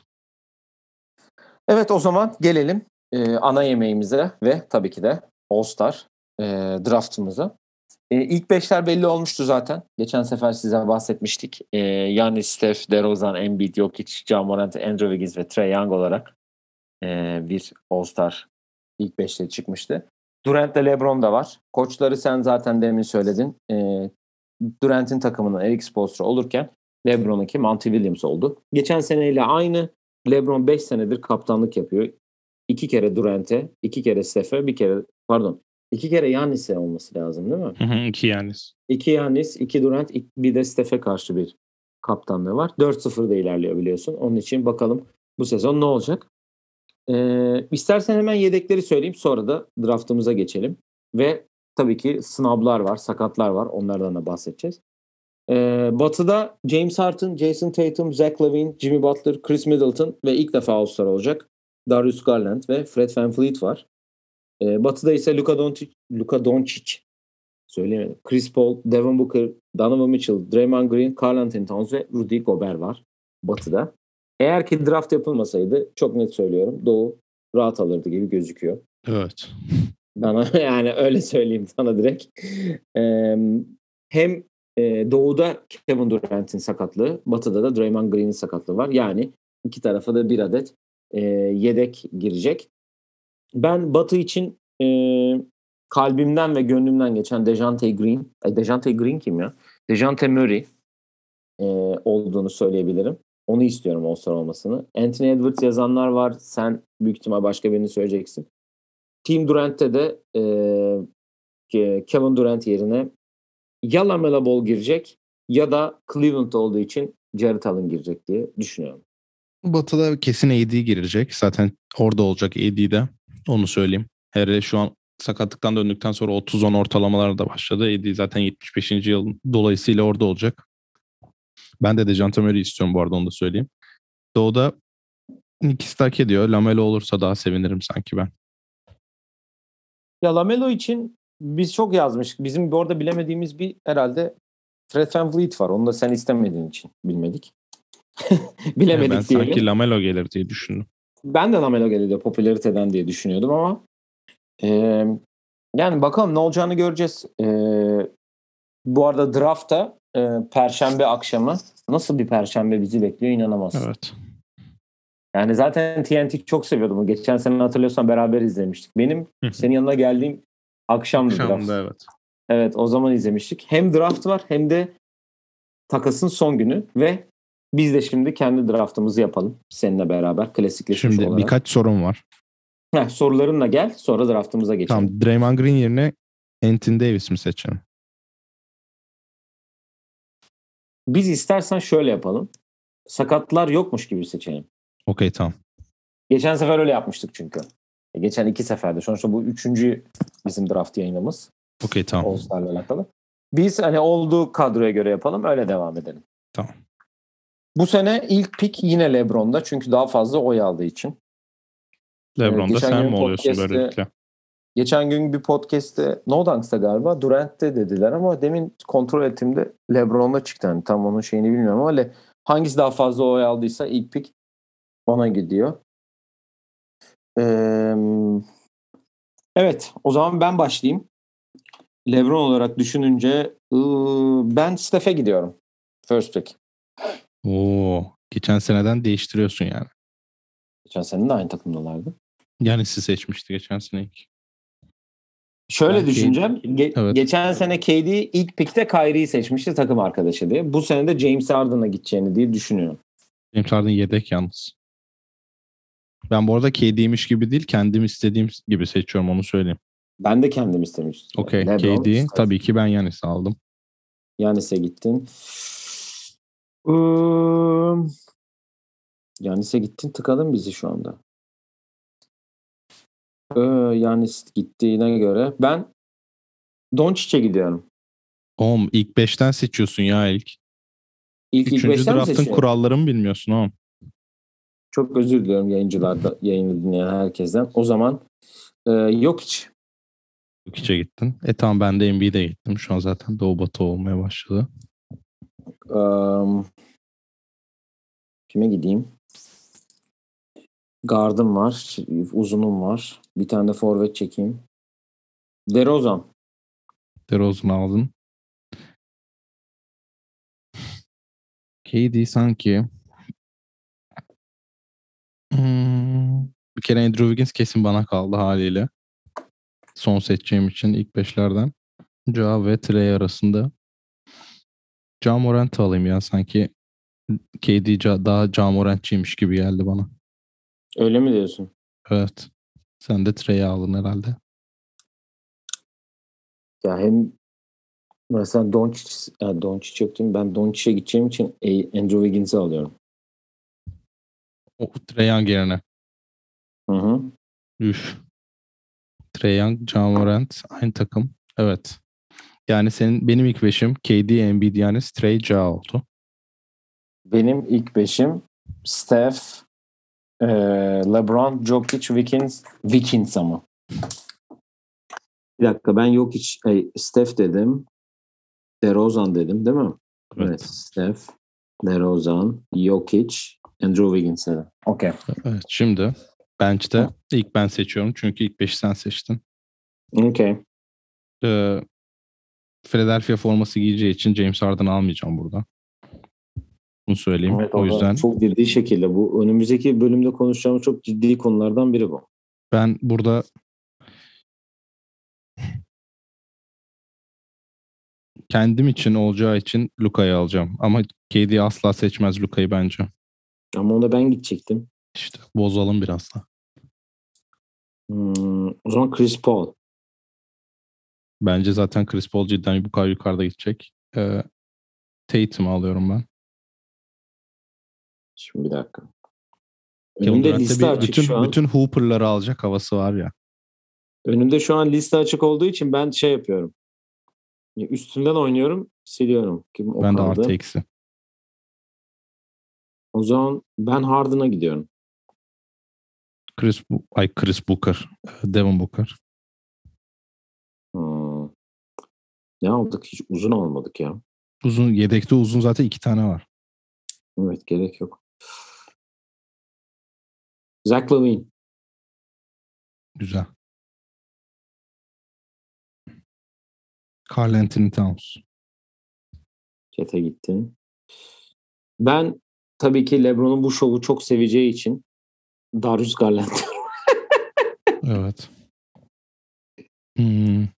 Evet, o zaman gelelim e, ana yemeğimize ve tabii ki de All-Star e, draftımıza. E, ilk beşler belli olmuştu zaten. Geçen sefer size bahsetmiştik. E, Giannis, Steph, DeRozan, Embiid, Jokic, Ja Morant, Andrew Wiggins ve Trae Young olarak e, bir All-Star ilk beşleri çıkmıştı. Durant'le LeBron da var. Koçları sen zaten demin söyledin. E, Durant'in takımının Eric Spoelstra olurken LeBron'unki Monty Williams oldu. Geçen seneyle aynı. LeBron beş senedir kaptanlık yapıyor. İki kere Durant'e, iki kere Steph'e, bir kere pardon iki kere Giannis'e olması lazım değil mi? Hı hı, iki Giannis. İki Giannis, iki Durant, bir de Steph'e karşı bir kaptanlığı var. dört sıfırda ilerliyor biliyorsun. Onun için bakalım bu sezon ne olacak? Ee, istersen hemen yedekleri söyleyeyim, sonra da draftımıza geçelim. Ve tabii ki sınavlar var, sakatlar var. Onlardan da bahsedeceğiz. Ee, Batı'da James Harden, Jason Tatum, Zach LaVine, Jimmy Butler, Chris Middleton ve ilk defa All-Star olacak Darius Garland ve Fred VanVleet var. Ee, Batı'da ise Luka Doncic, Luka Doncic söyleyemedim. Chris Paul, Devin Booker, Donovan Mitchell, Draymond Green, Karl Anthony Towns ve Rudy Gobert var Batı'da. Eğer ki draft yapılmasaydı çok net söylüyorum Doğu rahat alırdı gibi gözüküyor. Evet. Bana yani öyle söyleyeyim sana direkt. Ee, hem e, Doğu'da Kevin Durant'in sakatlığı, Batı'da da Draymond Green'in sakatlığı var. Yani iki tarafa da bir adet e, yedek girecek. Ben Batı için e, kalbimden ve gönlümden geçen Dejounte Green, ay Dejounte Green kim ya? Dejounte Murray e, olduğunu söyleyebilirim. Onu istiyorum All-Star olmasını. Anthony Edwards yazanlar var. Sen büyük ihtimal başka birini söyleyeceksin. Team Durant'te de e, Kevin Durant yerine ya LaMelo Ball girecek ya da Cleveland olduğu için Jarrett Allen girecek diye düşünüyorum. Batı'da kesin A D girecek. Zaten orada olacak A D'de. Onu söyleyeyim. Hele şu an sakatlıktan döndükten sonra otuz on ortalamalar da başladı. A D zaten yetmiş beşinci yıl dolayısıyla orada olacak. Ben de Dejounte Murray istiyorum bu arada, onu da söyleyeyim. Doğu'da ikisi de hak ediyor. LaMelo olursa daha sevinirim sanki ben. Ya LaMelo için biz çok yazmıştık. Bizim bu arada bilemediğimiz bir herhalde Fred VanVleet var. Onu da sen istemediğin için bilmedik. Bilemedik ben diyelim. Sanki LaMelo gelir diye düşündüm. Ben de LaMelo geliyor popülariteden diye düşünüyordum ama e, yani bakalım ne olacağını göreceğiz. E, bu arada draftta e, Perşembe akşamı nasıl bir Perşembe bizi bekliyor inanamazsın. Evet. Yani zaten T N T çok seviyordum. Geçen sene hatırlıyorsan beraber izlemiştik. Benim senin yanına geldiğim akşamdı Akşamda, draft. evet. Evet, o zaman izlemiştik. Hem draft var hem de takasın son günü ve biz de şimdi kendi draftımızı yapalım seninle beraber klasikleşmiş şimdi olarak. Birkaç sorun var. Heh, sorularınla gel, sonra draftımıza geçelim. Tamam, Draymond Green yerine Anthony Davis mi seçelim? Biz istersen şöyle yapalım. Sakatlar yokmuş gibi seçelim. Okey, tamam. Geçen sefer öyle yapmıştık çünkü. Geçen iki seferde. Sonuçta bu üçüncü bizim draft yayınımız. Okey, tamam. All-Star'la alakalı. Biz hani olduğu kadroya göre yapalım, öyle devam edelim. Tamam. Bu sene ilk pick yine LeBron'da çünkü daha fazla oy aldığı için. LeBron'da Ee, sen mi oluyorsun böylelikle? Geçen gün bir podcast'te, No Dunks'ta galiba Durant'te dediler ama demin kontrol ettiğimde LeBron'da çıktı. Yani tam onun şeyini bilmiyorum ama Le- hangisi daha fazla oy aldıysa ilk pick ona gidiyor. Ee, evet, o zaman ben başlayayım. LeBron olarak düşününce ıı, ben Steph'e gidiyorum. First pick. Oo, geçen seneden değiştiriyorsun yani. Geçen sene de aynı takımdalardı. Yani siz seçmişti geçen sene ilk. Şöyle Ben düşüneceğim. Ge- evet. Geçen sene K D ilk pickte Kyrie'yi seçmişti takım arkadaşı diye. Bu sene de James Harden'a gideceğini diye düşünüyorum. James Harden yedek yalnız. Ben bu arada K D'ymiş gibi değil, kendim istediğim gibi seçiyorum, onu söyleyeyim. Ben de kendim istemiştim. Okey, LeBron, K D Steph. tabii ki ben Giannis'i aldım. Giannis'e gittin. Um, Giannis'e gittin, tıkadın bizi şu anda. Ee, Giannis gittiğine göre ben Doncic'e gidiyorum. Oğlum ilk beşten seçiyorsun ya ilk. İlk ilk Üçüncü beşten mi draftın seçiyorum? kurallarını bilmiyorsun oğlum. Çok özür diliyorum yayıncılarda, yayını dinleyen herkesten. O zaman e, yok hiç. Jokic'e gittin. E tamam, ben de N B A'de gittim. Şu an zaten Doğu Batı olmaya başladı. Um, kime gideyim? Guard'ım var. Uzunum var. Bir tane de forvet çekeyim. DeRozan. DeRozan'ı aldın. K D sanki hmm, bir kere Andrew Wiggins kesin bana kaldı haliyle. Son seçeceğim için ilk beşlerden. Ja ve Trey arasında. Ja Morant'ı alayım ya. Sanki K D Ja- daha Ja Morant'çıymış gibi geldi bana. Öyle mi diyorsun? Evet. Sen de Trey'i aldın herhalde. Ya hem mesela Doncic, yani Doncic yok değil mi? Ben Doncic'e gideceğim için Andrew Wiggins'i alıyorum. O Trey Young yerine. Hı hı. Üf. Trey Young, Ja Morant aynı takım. Evet. Yani senin benim ilk beşim K D, Embiid, Giannis, Trey, Ja oldu. Benim ilk beşim Steph, e, LeBron, Jokic, Wiggins, Wiggins ama. Bir dakika, ben Jokic, ay, Steph dedim. DeRozan dedim değil mi? Evet. Evet, Steph, DeRozan, Jokic, Andrew Wiggins dedim. Okey. Evet, şimdi bench'te ilk ben seçiyorum çünkü ilk beşi sen seçtin. Okey. Ee, Philadelphia forması giyeceği için James Harden'ı almayacağım burada. Bunu söyleyeyim. Evet, O o da yüzden çok ciddi şekilde bu önümüzdeki bölümde konuşacağımız çok ciddi konulardan biri bu. ben burada kendim için olacağı için Luka'yı alacağım. Ama K D asla seçmez Luka'yı bence. Ama ona ben gidecektim. İşte bozalım biraz da. Hmm, o zaman Chris Paul. Bence zaten Chris Paul cidden bu kadar yukarıda gidecek. Ee, Tatum'u alıyorum ben. Şimdi bir dakika. Kevin Önümde Durant'te liste bir açık şu bütün an. bütün Hooper'ları alacak havası var ya. Önümde şu an liste açık olduğu için ben şey yapıyorum. Üstünden oynuyorum, siliyorum. Kim o Ben de artı kaldı. eksi. O zaman ben Harden'a gidiyorum. Chris, ay Chris Booker. Devin Booker. Hmm. Ne aldık? Hiç uzun almadık ya. Uzun, yedekte uzun zaten iki tane var. Evet, gerek yok. Zach LaVine. Güzel. Karl Anthony Towns. Chat'e gittim. Ben tabii ki LeBron'un bu şovu çok seveceği için Darius Garland. Evet. Hmm.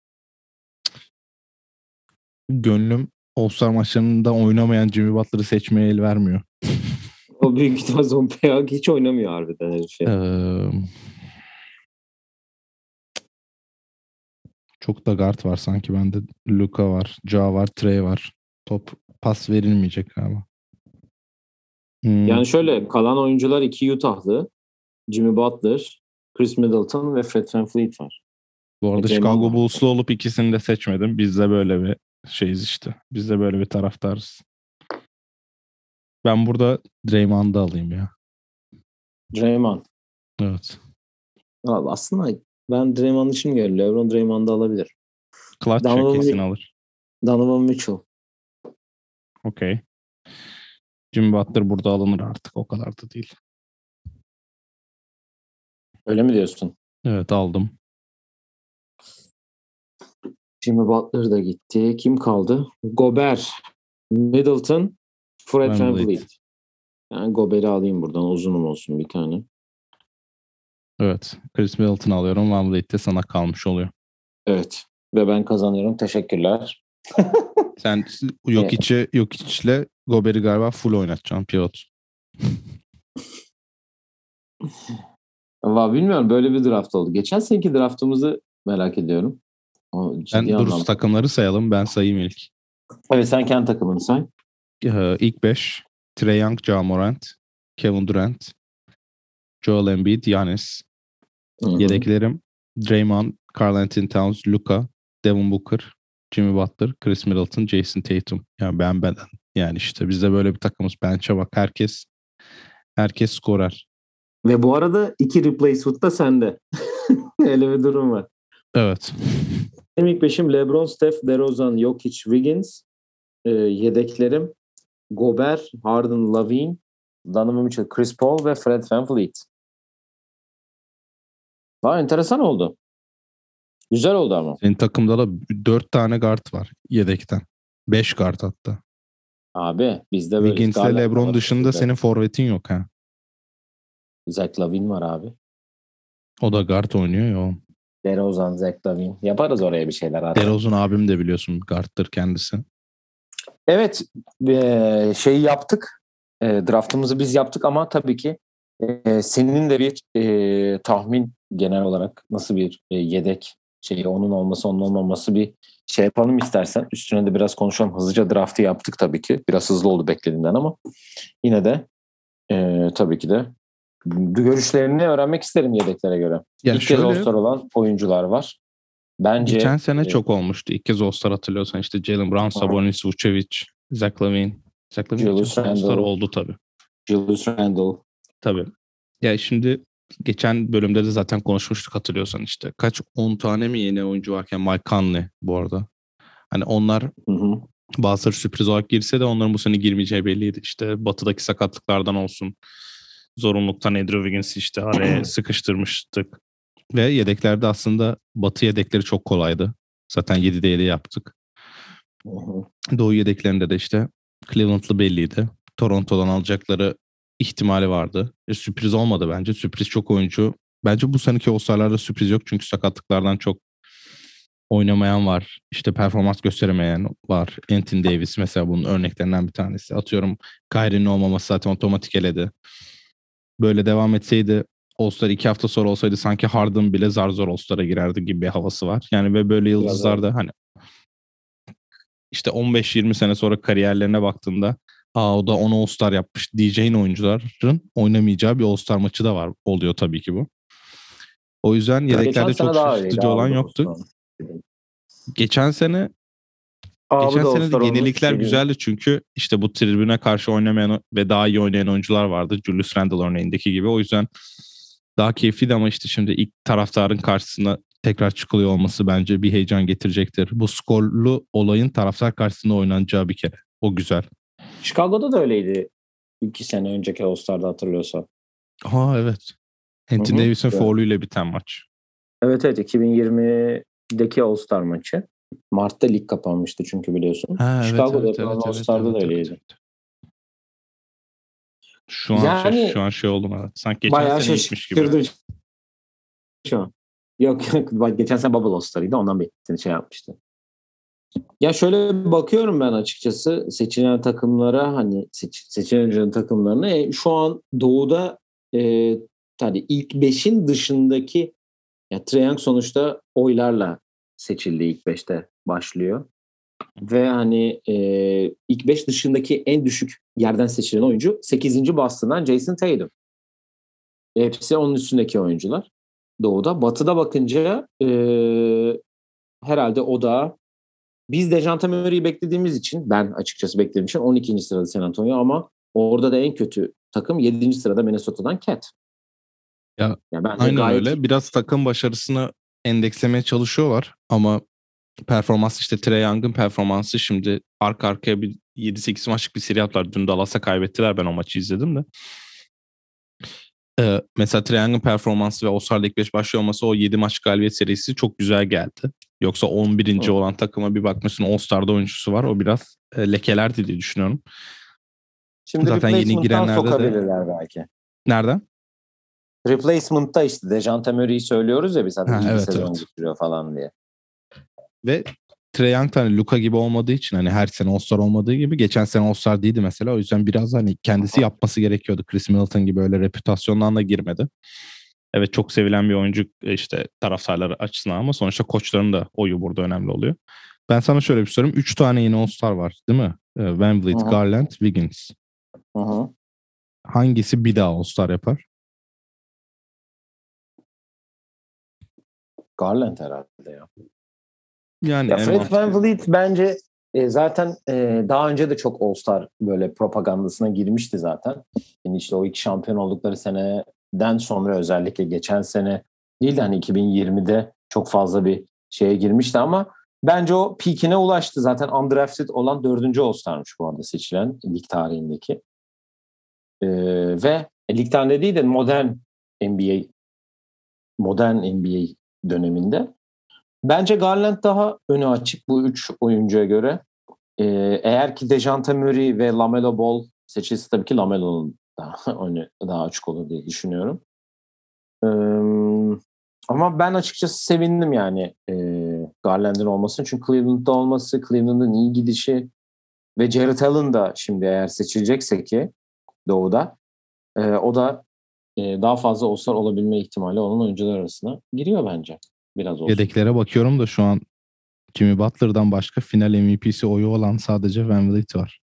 Gönlüm All-Star maçlarında oynamayan Jimmy Butler'ı seçmeye el vermiyor. O büyük ihtimal Zompeyag hiç oynamıyor harbiden her şey. Ee, çok da guard var sanki bende. Luka var, Ja var, Trey var. Top pas verilmeyecek galiba. Hmm. Yani şöyle kalan oyuncular iki Utah'lı. Jimmy Butler, Chris Middleton ve Fred VanVleet var. Bu arada E, Chicago Bulls'lu olup ikisini de seçmedim. Biz de böyle bir şeyiz işte. Biz de böyle bir taraftarız. Ben burada Draymond'ı alayım ya. Draymond. Evet. Abi aslında ben Draymond için geliyorum. LeBron Draymond'ı alabilir. Clutch Donovan, kesin alır. Donovan Mitchell. Okey. Jimmy Butler burada alınır artık. O kadar da değil. Öyle mi diyorsun? Evet aldım. Jimmy Butler da gitti. Kim kaldı? Gobert, Middleton, Fred VanVleet. Yani Gobert'i alayım buradan. Uzunum olsun bir tane. Evet. Chris Middleton alıyorum. VanVleet de sana kalmış oluyor. Evet. Ve ben kazanıyorum. Teşekkürler. Sen yok içi yok içle Gobert'i galiba full oynatacaksın pivot. Vallahi bilmiyorum. Böyle bir draft oldu. Geçen seneki draftımızı merak ediyorum. O ciddi Ben Durus anlamda. takımları sayalım. Ben sayayım ilk. Evet sen kendi takımını say. Ee, ilk beş. Trae Young, Ja Morant, Kevin Durant, Joel Embiid, Giannis. Hı-hı. Yedeklerim Draymond, Karl-Anthony Towns, Luka, Devin Booker, Jimmy Butler, Chris Middleton, Jason Tatum. Yani ben ben yani işte bizde böyle bir takımız. Bench'e bak herkes herkes skorer. Ve bu arada iki replacement da sende. Öyle bir durum var. Evet. Benim ilk beşim LeBron, Steph, DeRozan, Jokic, Wiggins. Ee, yedeklerim Gobert, Harden, Lavine, Donovan Mitchell, Chris Paul ve Fred VanVleet. Vay enteresan oldu. Güzel oldu ama. Senin takımda da dört tane guard var yedekten. beş guard hatta. Abi bizde böyle. Wiggins'le LeBron dışında senin forvetin yok ha. Zach Lavine var abi. O da guard oynuyor ya. DeRozan, Zach Lavine. Yaparız oraya bir şeyler artık. DeRozan abim de biliyorsun guard'tır kendisi. Evet e, şey yaptık. E, draftımızı biz yaptık ama tabii ki e, senin de bir e, tahmin genel olarak nasıl bir e, yedek şeyi onun olması onun olmaması bir şey yapalım istersen. Üstüne de biraz konuşalım. Hızlıca draftı yaptık tabii ki. Biraz hızlı oldu beklediğimden ama yine de e, tabii ki de görüşlerini öğrenmek isterim yedeklere göre. Ya İlk şöyle, kez All-Star olan oyuncular var. Bence geçen sene e, çok olmuştu. İlk kez All-Star hatırlıyorsan işte Jaylen Brown, Sabonis, Vucevic, Zach Lavine. Zach Lavine Julius geçen All-Star Randle. oldu tabii. Julius Randle. Tabii. Ya şimdi geçen bölümde de zaten konuşmuştuk hatırlıyorsan işte. Kaç on tane mi yeni oyuncu varken Mike Conley bu arada. Hani onlar Hı hı. bazıları sürpriz olarak girse de onların bu sene girmeyeceği belliydi. İşte batıdaki sakatlıklardan olsun. Zorunluluktan Andrew Wiggins'i işte araya sıkıştırmıştık. Ve yedeklerde aslında batı yedekleri çok kolaydı. Zaten yedide yedi yaptık. Hı hı. Doğu yedeklerinde de işte Cleveland'lı belliydi. Toronto'dan alacakları ihtimali vardı. E, sürpriz olmadı bence. Sürpriz çok oyuncu. Bence bu seneki All-Star'larda sürpriz yok. Çünkü sakatlıklardan çok oynamayan var. İşte performans gösteremeyen var. Anthony Davis mesela bunun örneklerinden bir tanesi. Atıyorum Kyrie'nin olmaması zaten otomatik eledi. Böyle devam etseydi All-Star iki hafta sonra olsaydı sanki Harden bile zar zor All-Star'a girerdi gibi bir havası var. Yani ve böyle yıldızlar da hani işte on beş yirmi sene sonra kariyerlerine baktığında aa o da on All-Star yapmış diyeceğin oyuncuların oynamayacağı bir All-Star maçı da var oluyor tabii ki bu. O yüzden yedeklerde çok şaşırtıcı olan yoktu. Geçen sene geçen sene de yenilikler güzeldi çünkü işte bu tribüne karşı oynamayan ve daha iyi oynayan oyuncular vardı. Julius Randle örneğindeki gibi. O yüzden daha keyifliydi ama işte şimdi ilk taraftarın karşısına tekrar çıkılıyor olması bence bir heyecan getirecektir. Bu skorlu olayın taraftar karşısında oynanacağı bir kere. O güzel. Chicago'da da öyleydi. İki sene önceki All-Star'da hatırlıyorsan. Ha evet. Anthony Davis'in foul'uyla biten maç. Evet evet iki bin yirmideki All-Star maçı. Mart'ta lig kapanmıştı çünkü biliyorsun. Ha, Chicago'da evet, evet, evet, All-Star'da evet, da evet, öyleydi. evet, evet. Şu an yani, şey, şu an şey oldum evet. Sanki geçen bayağı sene gitmiş gibi. şaşırdım şu an. Yok yok geçen sene Bubble All-Star'ıydı ondan bir şey yapmıştı. Ya şöyle bakıyorum ben açıkçası seçilen takımlara hani seç, seçilen oyuncuların takımlarına e, şu an Doğu'da e, hani ilk beşin dışındaki ya Trae Young sonuçta oylarla seçildi ilk beşte başlıyor. Ve hani e, ilk beş dışındaki en düşük yerden seçilen oyuncu sekizinci Boston'dan Jason Tatum. Hepsi onun üstündeki oyuncular. Doğu'da. Batı'da bakınca e, herhalde o da biz Dejounte Murray'i beklediğimiz için, ben açıkçası beklediğim için on ikinci sırada San Antonio, ama orada da en kötü takım yedinci sırada Minnesota'dan Cat. Ya, yani aynen öyle. Iyi. Biraz takım başarısını endekslemeye çalışıyorlar ama performans, işte Trae Young'ın performansı şimdi arka arkaya bir yedi sekiz maçlık bir seri yaptılar. Dün Dallas'a kaybettiler. Ben o maçı izledim de. Ee, mesela Trae Young'ın performansı ve All-Star'da ilk beş başlıyor olması, o yedi maç galibiyet serisi çok güzel geldi. Yoksa on birinci Hı. olan takıma bir bakmışsın All-Star'da oyuncusu var. O biraz e, lekelerdi diye düşünüyorum. Şimdi zaten yeni girenlerde sokabilirler de... belki. Nereden? Replacement'ta işte Dejounte Murray'i söylüyoruz ya biz, hadi ha, iyi evet, bir sezon evet. geçiriyor falan diye. Ve Trae Young hani Luka gibi olmadığı için, hani her sene All-Star olmadığı gibi, geçen sene All-Star değildi mesela. O yüzden biraz hani kendisi yapması gerekiyordu. Chris Middleton gibi öyle reputasyondan da girmedi. Evet, çok sevilen bir oyuncu işte taraftarları açısından, ama sonuçta koçların da oyu burada önemli oluyor. Ben sana şöyle bir sorayım. Üç tane yeni All-Star var değil mi? Van Vliet, Hı-hı. Garland, Wiggins. Hı-hı. Hangisi bir daha All-Star yapar? Garland herhalde ya. Yani ya Fred Van Vliet bence e, zaten e, daha önce de çok All-Star böyle propagandasına girmişti zaten. Yani işte o iki şampiyon oldukları seneden sonra, özellikle geçen sene değil de hani iki bin yirmide çok fazla bir şeye girmişti, ama bence o peakine ulaştı. Zaten undrafted olan dördüncü All-Star'mış bu arada seçilen lig tarihindeki. E, ve lig tarihinde değil de modern N B A modern N B A döneminde. Bence Garland daha önü açık bu üç oyuncuya göre. Ee, eğer ki Dejounte Murray ve LaMelo Ball seçilse, tabii ki LaMelo'nun daha önü daha açık olur diye düşünüyorum. Ee, ama ben açıkçası sevindim yani e, Garland'ın olmasını. Çünkü Cleveland'da olması, Cleveland'ın iyi gidişi ve Jarrett Allen da şimdi eğer seçilecekse ki Doğu'da, e, o da e, daha fazla All-Star olabilme ihtimali onun oyuncular arasına giriyor bence. Biraz olsun. Yedeklere bakıyorum da şu an Jimmy Butler'dan başka final M V P'si oyu olan sadece Van Vliet var.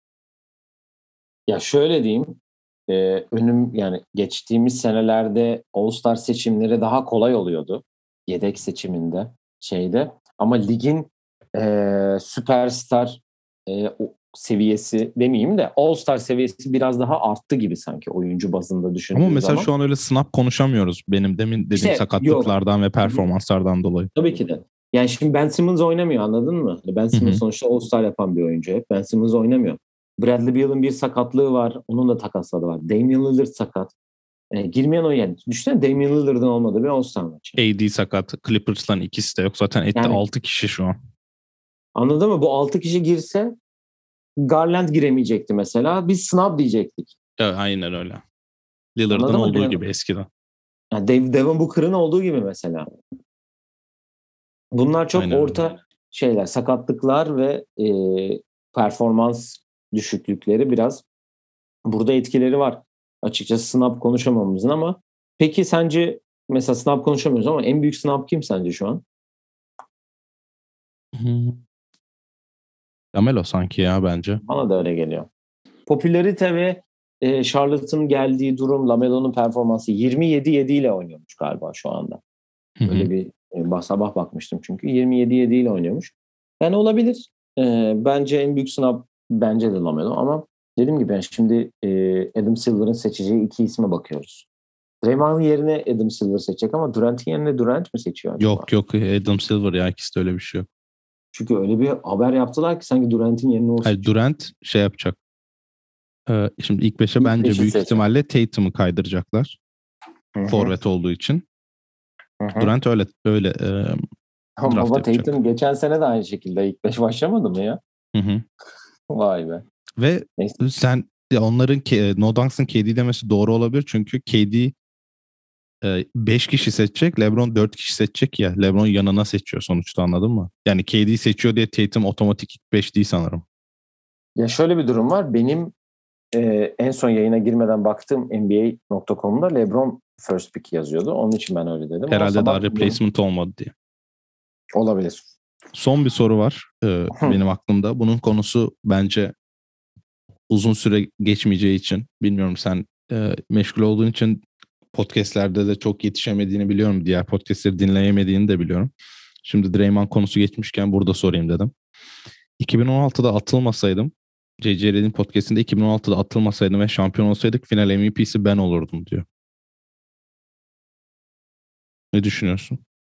Ya şöyle diyeyim, e, önüm yani geçtiğimiz senelerde All-Star seçimleri daha kolay oluyordu. Yedek seçiminde şeyde. Ama ligin e, süperstar e, seviyesi demeyeyim de All-Star seviyesi biraz daha arttı gibi sanki oyuncu bazında düşündüğün zaman. Ama mesela zaman. şu an öyle snap konuşamıyoruz benim demin dediğim işte, sakatlıklardan yok. ve performanslardan dolayı. Tabii ki de. Yani şimdi Ben Simmons oynamıyor, anladın mı? Ben Simmons Hı-hı. sonuçta All-Star yapan bir oyuncu hep. Ben Simmons oynamıyor. Bradley Beal'ın bir sakatlığı var. Onun da takasları var. Damian Lillard sakat. E, girmeyen oyun yani. Düşünsene Damian Lillard'ın olmadığı bir All-Star maçı. A D sakat. Clippers'lan ikisi de yok. Zaten etti yani, altı kişi şu an. Anladın mı? Bu altı kişi girse Garland giremeyecekti mesela. Biz snub diyecektik. Ya, aynen öyle. Lillard'ın olduğu yani, gibi eskiden. Yani Dev, Devin Booker'ın olduğu gibi mesela. Bunlar çok aynen orta öyle. şeyler. Sakatlıklar ve e, performans düşüklükleri biraz burada etkileri var. Açıkçası snub konuşamamızın, ama peki sence mesela snub konuşamıyoruz ama en büyük snub kim sence şu an? Hmm. LaMelo sanki ya bence. Bana da öyle geliyor. Popülarite ve e, Charlotte'ın geldiği durum, LaMelo'nun performansı yirmi yedi yedi ile oynuyormuş galiba şu anda. Hı-hı. Öyle bir e, sabah bakmıştım çünkü yirmi yedi yedi ile oynuyormuş. Yani olabilir. E, bence en büyük snub bence de LaMelo, ama dediğim gibi yani şimdi e, Adam Silver'ın seçeceği iki isme bakıyoruz. Draymond'ın yerine Adam Silver seçecek ama Durant'in yerine Durant mi seçiyor acaba? Yok yok Adam Silver ya, ikisi de öyle bir şey yok. Çünkü öyle bir haber yaptılar ki sanki Durant'in yerine o seçiyor. Hayır, Durant şey yapacak. Ee, şimdi ilk beşe ilk bence büyük seçecek. ihtimalle Tatum'u kaydıracaklar. Hı-hı. Forvet olduğu için. Hı-hı. Durant öyle öyle e, ama baba Tatum geçen sene de aynı şekilde ilk beş başlamadı mı ya? Hı hı. Vay be. Ve Neyse. sen ya onların No Dunks'ın K D demesi doğru olabilir çünkü K D beş kişi seçecek, LeBron dört kişi seçecek ya. LeBron yanına seçiyor sonuçta, anladın mı? Yani K D seçiyor diye Tatum otomatik ilk beş değil sanırım. Ya şöyle bir durum var. Benim e, en son yayına girmeden baktığım N B A nokta com'da LeBron first pick yazıyordu. Onun için ben öyle dedim. Herhalde daha replacement olmadı diye. Olabilir. Son bir soru var e, benim aklımda. Bunun konusu bence uzun süre geçmeyeceği için, bilmiyorum, sen e, meşgul olduğun için podcastlerde de çok yetişemediğini biliyorum. Diğer podcastleri dinleyemediğini de biliyorum. Şimdi Draymond konusu geçmişken burada sorayım dedim. iki bin on altıda atılmasaydım, C C R'nin podcastinde iki bin on altıda atılmasaydım ve şampiyon olsaydık final M V P'si ben olurdum diyor. Ne düşünüyorsun?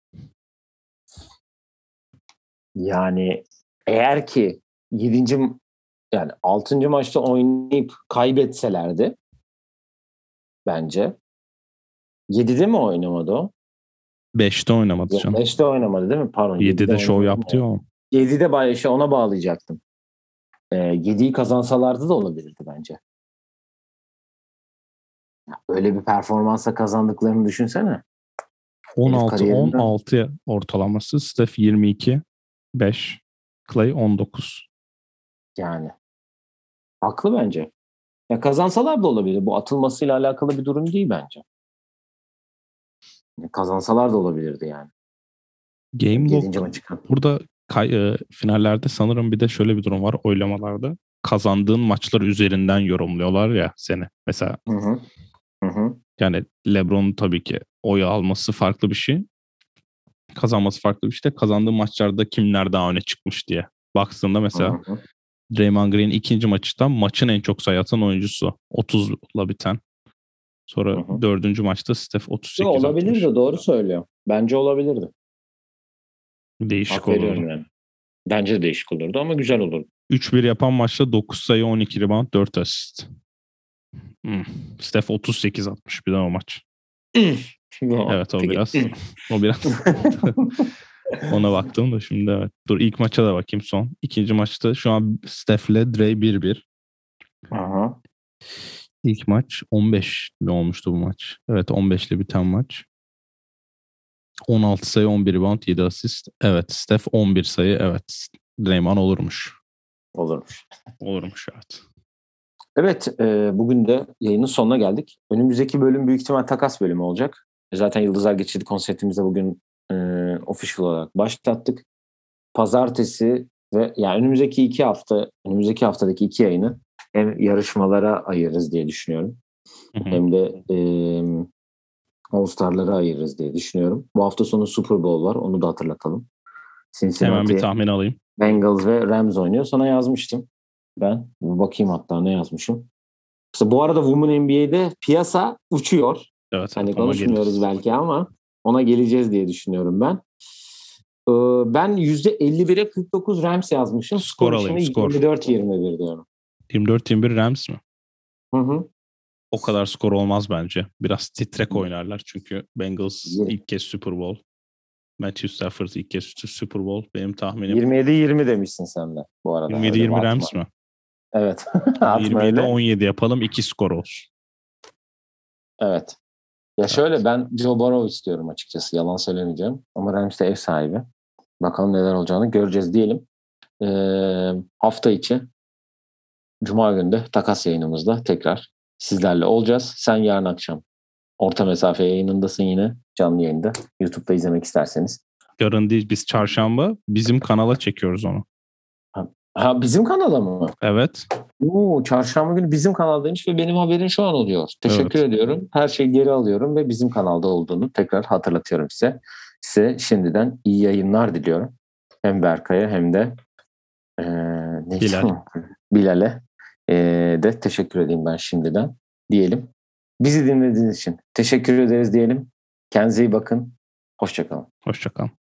Yani eğer ki yedinci yani altıncı maçta oynayıp kaybetselerdi bence. yedide mi oynamadı o? beşte oynamadı canım. beşte oynamadı değil mi? Pardon. yedide şov yaptı ya o. yedide bayağı işte ona bağlayacaktım. Ee, yediyi kazansalardı da olabilirdi bence. Ya öyle bir performansa kazandıklarını düşünsene. on altı on altı ortalaması. Steph yirmi iki beş. Clay on dokuz. Yani. Haklı bence. Ya kazansalar da olabilir. Bu atılmasıyla alakalı bir durum değil bence. Kazansalar da olabilirdi yani. Game log. Burada kay, e, finallerde sanırım bir de şöyle bir durum var oylamalarda. Kazandığın maçlar üzerinden yorumluyorlar ya seni. Mesela hı hı. Hı hı. yani LeBron'un tabii ki oy alması farklı bir şey. Kazanması farklı bir şey de kazandığı maçlarda kimler daha öne çıkmış diye. Baktığında mesela hı hı. Draymond Green ikinci maçta maçın en çok sayı atan oyuncusu. otuzla biten. Sonra hı hı. dördüncü maçta Steph otuz sekiz atmış. Olabilirdi, doğru söylüyor. Bence olabilirdi. Değişik Hak olurdu. Yani. Bence de değişik olurdu ama güzel olurdu. üç bir yapan maçta dokuz sayı, on iki rebound, dört asist. Hmm. Steph otuz sekiz atmış bir daha o maç. No, evet o peki. biraz o biraz ona baktım da şimdi evet. Dur ilk maça da bakayım son. İkinci maçta şu an Steph'le Dre bir bir. Aha. İlk maç on beş mi olmuştu bu maç? Evet on beşle biten maç. on altı sayı, on bir rebound, yedi asist. Evet Steph on bir sayı. Evet Draymond olurmuş. Olurmuş. Olurmuş evet. Evet e, bugün de yayının sonuna geldik. Önümüzdeki bölüm büyük ihtimal takas bölümü olacak. Zaten Yıldızlar Geçidi konseptimizde bugün e, official olarak başlattık. Pazartesi ve yani önümüzdeki iki hafta, önümüzdeki haftadaki iki yayını hem yarışmalara ayırırız diye düşünüyorum. Hı hı. Hem de e, All-Star'lara ayırırız diye düşünüyorum. Bu hafta sonu Super Bowl var. Onu da hatırlatalım. Cincinnati, hemen bir tahmin alayım. Bengals ve Rams oynuyor. Sana yazmıştım. Ben bir bakayım hatta ne yazmışım. İşte bu arada Women N B A'de piyasa uçuyor. Evet, hani konuşmuyoruz belki ama ona geleceğiz diye düşünüyorum ben. Ee, ben yüzde elli bire kırk dokuz Rams yazmışım. Skor alayım, skor. yirmi dört yirmi bir diyorum. yirmi dört yirmi bir Rams mi? Hı hı. O kadar skor olmaz bence. Biraz titrek oynarlar çünkü Bengals yeah. ilk kez Super Bowl. Matthew Stafford ilk kez Super Bowl. Benim tahminim. yirmi yedi yirmi demişsin sen de bu arada. yirmi yedi yirmi Rams mı? Evet. yirmi yedi on yedi yapalım. iki skor olsun. Evet. Ya evet. Şöyle ben Joe Burrow istiyorum açıkçası. Yalan söylemeyeceğim. Ama Rams de ev sahibi. Bakalım neler olacağını göreceğiz diyelim. Ee, hafta içi Cuma günde takas yayınımızda tekrar sizlerle olacağız. Sen yarın akşam orta mesafe yayınındasın yine canlı yayında. YouTube'da izlemek isterseniz. Yarın değil biz çarşamba bizim kanala çekiyoruz onu. Ha, ha bizim kanala mı? Evet. Oo, çarşamba günü bizim kanaldaymış ve benim haberim şu an oluyor. Teşekkür evet. ediyorum. Her şeyi geri alıyorum ve bizim kanalda olduğunu tekrar hatırlatıyorum size. Size şimdiden iyi yayınlar diliyorum. Hem Berkay'a hem de ee, Bilal. Bilal'e ee, de teşekkür edeyim ben şimdiden diyelim. Bizi dinlediğiniz için teşekkür ederiz diyelim. Kendinize iyi bakın. Hoşça kalın. Hoşça kalın.